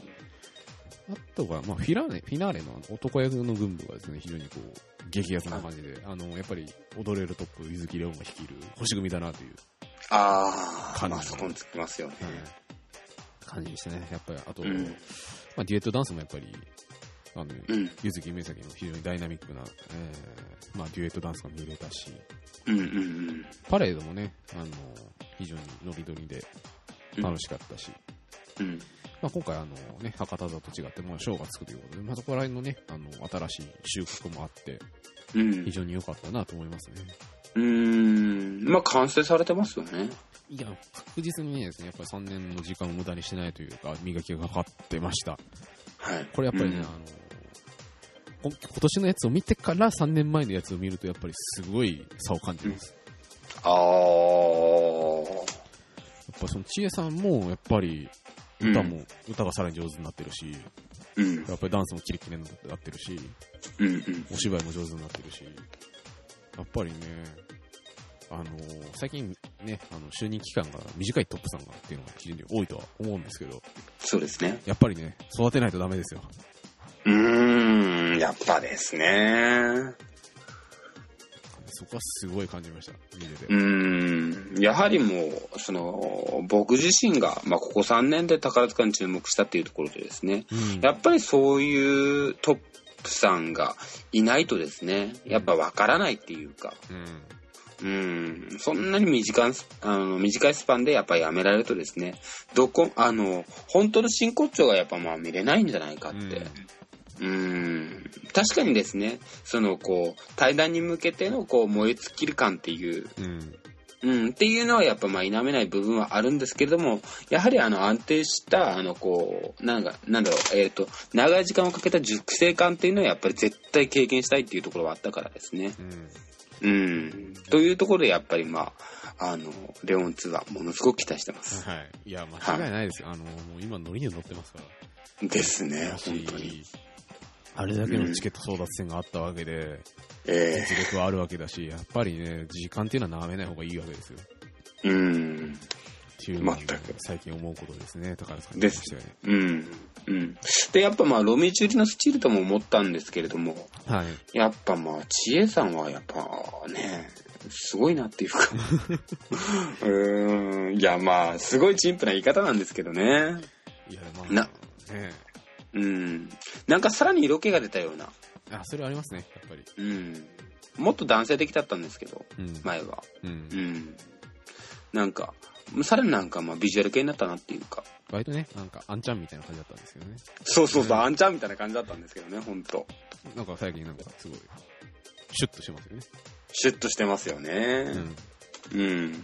あとは、まあ、フィラーネ、フィナーレの男役の軍部がですね、非常にこう、激アツな感じで、あの、やっぱり踊れるトップ、柚木亮が率いる星組だなという。 ああ、まあそこにつきますよね。はい、 感じでしたね。やっぱり、あと、 うん、 まあ、デュエットダンスもやっぱり、あの、 うん、 柚木芽咲の非常にダイナミックな、えー、まあ、デュエットダンスが見れたし、 うんうんうん、 パレードもね、あの、非常にノリノリで楽しかったし、 うん、 まあ、今回あのね、博多座と違って、まあ、賞がつくということで、まあ、そこら辺のね、あの、新しい収穫もあって、うん、非常に良かったなと思いますね。 うーん、まあ、完成されてますよね。 いや、確実にねですね、やっぱりさんねんの時間を無駄にしてないというか、磨きがかかってました。 はい。 これやっぱりね、うん、あの、今年のやつを見てからさんねんまえのやつを見ると、やっぱりすごい差を感じます。 うん、あー。 やっぱその千恵さんも、やっぱり、歌も、うん、歌がさらに上手になってるし、 うん、 やっぱりダンスもキレッキレになってるし、 うんうん、 お芝居も上手になってるし、やっぱりね、あのー、最近ね、あの就任期間が短いトップさんがっていうのが非常に多いとは思うんですけど、 そうですね。 やっぱりね、育てないとダメですよ。 うーん、やっぱですね。 そこはすごい感じました、見てて。 うーん、やはりもう、その、僕自身が、まあ、ここさんねんで宝塚に注目したっていうところでですね、うん、やっぱりそういうトップさんがいないとですね、やっぱわからないっていうか、うん、うんそんなに短い、あの、短いスパンでやっぱりやめられるとですね、どこ、あの、本当の真骨頂がやっぱまあ見れないんじゃないかって。うんうーん確かにですね、そのこう対談に向けてのこう燃え尽きる感っていう、うんうん、っていうのはやっぱまあ否めない部分はあるんですけれども、やはりあの安定したあのこうなんかなんだろうえっと長い時間をかけた熟成感っていうのはやっぱり絶対経験したいっていうところはあったからですね。うん、うん、というところでやっぱりまああのレオンツはものすごく期待してます。 はい。いや間違いないですよ。はい、あのもう今ノリに乗ってますから。 ですね。本当に。 あれだけのチケット争奪戦があったわけで、うんえー、実力はあるわけだし、やっぱりね、時間っていうのは眺めない方がいいわけですよ。 うん。 っていうのは、ね、最近思うことですね、宝塚に関してはね。うん。うん。で、やっぱまあ、ロミジュリのスチールとも思ったんですけれども、 はい。 やっぱまあ、千恵さんはやっぱね、すごいなっていうかうーん。いやまあ、すごい陳腐な言い方なんですけどね。 いや、まあ。なね。 うん。なんかさらに色気が出たような。 あ、それありますね、やっぱり。 うん。もっと男性的だったんですけど、うん、前は。 うん。うん。なんか、さらになんかまあビジュアル系になったなっていうか。 割とね、なんか、あんちゃんみたいな感じだったんですよね。 そうそうそう、あんちゃんみたいな感じだったんですけどね、ほんと。 なんか最近なんかすごい、シュッとしてますよね。 シュッとしてますよね。うん。うん。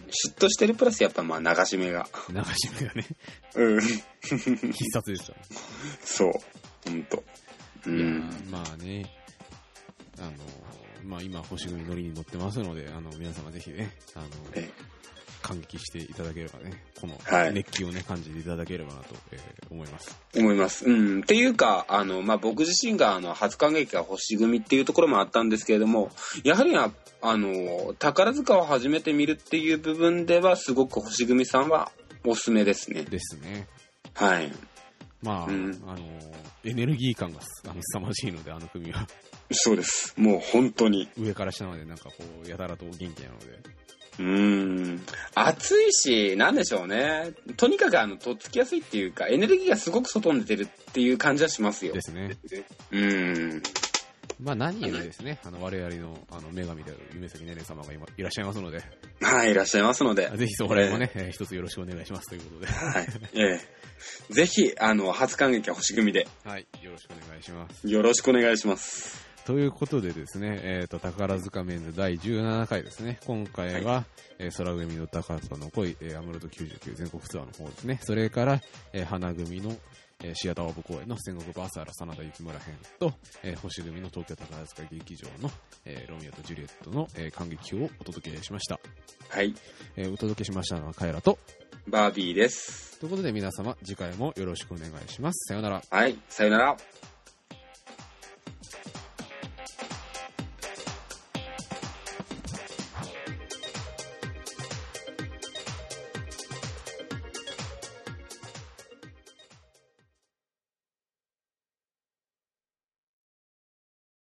シュッとしてるプラスやっぱまあ流し目が。 流し目がね。 うん。 必殺でしたね。 そう。ほんと。 うん。まあね。あの、まあ今、星組乗りに乗ってますので、あの、皆様ぜひね、あの、え感激していただければね、この熱気をね、はい、感じていただければなと、えー、思います。 思います。うん。っていうか、あの、まあ、僕自身が、あの、初感激が星組っていうところもあったんですけれども、やはりあの、宝塚を初めて見るっていう部分では、すごく星組さんはおすすめですね。 ですね。 はい。 まあ、うん、あの、エネルギー感があの凄まじいので、あの組は。 そうです。もう本当に。 上から下までなんかこう、やたらと元気なので。 うーん。暑いし、なんでしょうね。とにかくあの、とっつきやすいっていうか、エネルギーがすごく外に出てるっていう感じはしますよ。 ですね。 うーん。 まあ何よりですね、あの、我々の、あの、女神である夢咲ねね様が今いらっしゃいますので。 はい、いらっしゃいますので。 ぜひそこら辺もね、えー、一つよろしくお願いしますということで。 はい。ええー。ぜひ、あの、初感激は星組で。 はい、よろしくお願いします。 よろしくお願いします。 ということでですね、えっ、ー、と、宝塚メンズだいじゅうななかいですね。今回は、はい、えー、空組の高さの恋、えー、アムロトきゅうじゅうきゅう全国ツアーの方ですね。それから、えー、花組の、えー、シアターオブ公演の戦国バーサーラ真田幸村編と、えー、星組の東京宝塚劇場の、えー、ロミオとジュリエットの、えー、感激をお届けしました。 はい。 えー、お届けしましたのはカエラと、 バービーです。 ということで皆様、次回もよろしくお願いします。さようなら。 はい、さようなら。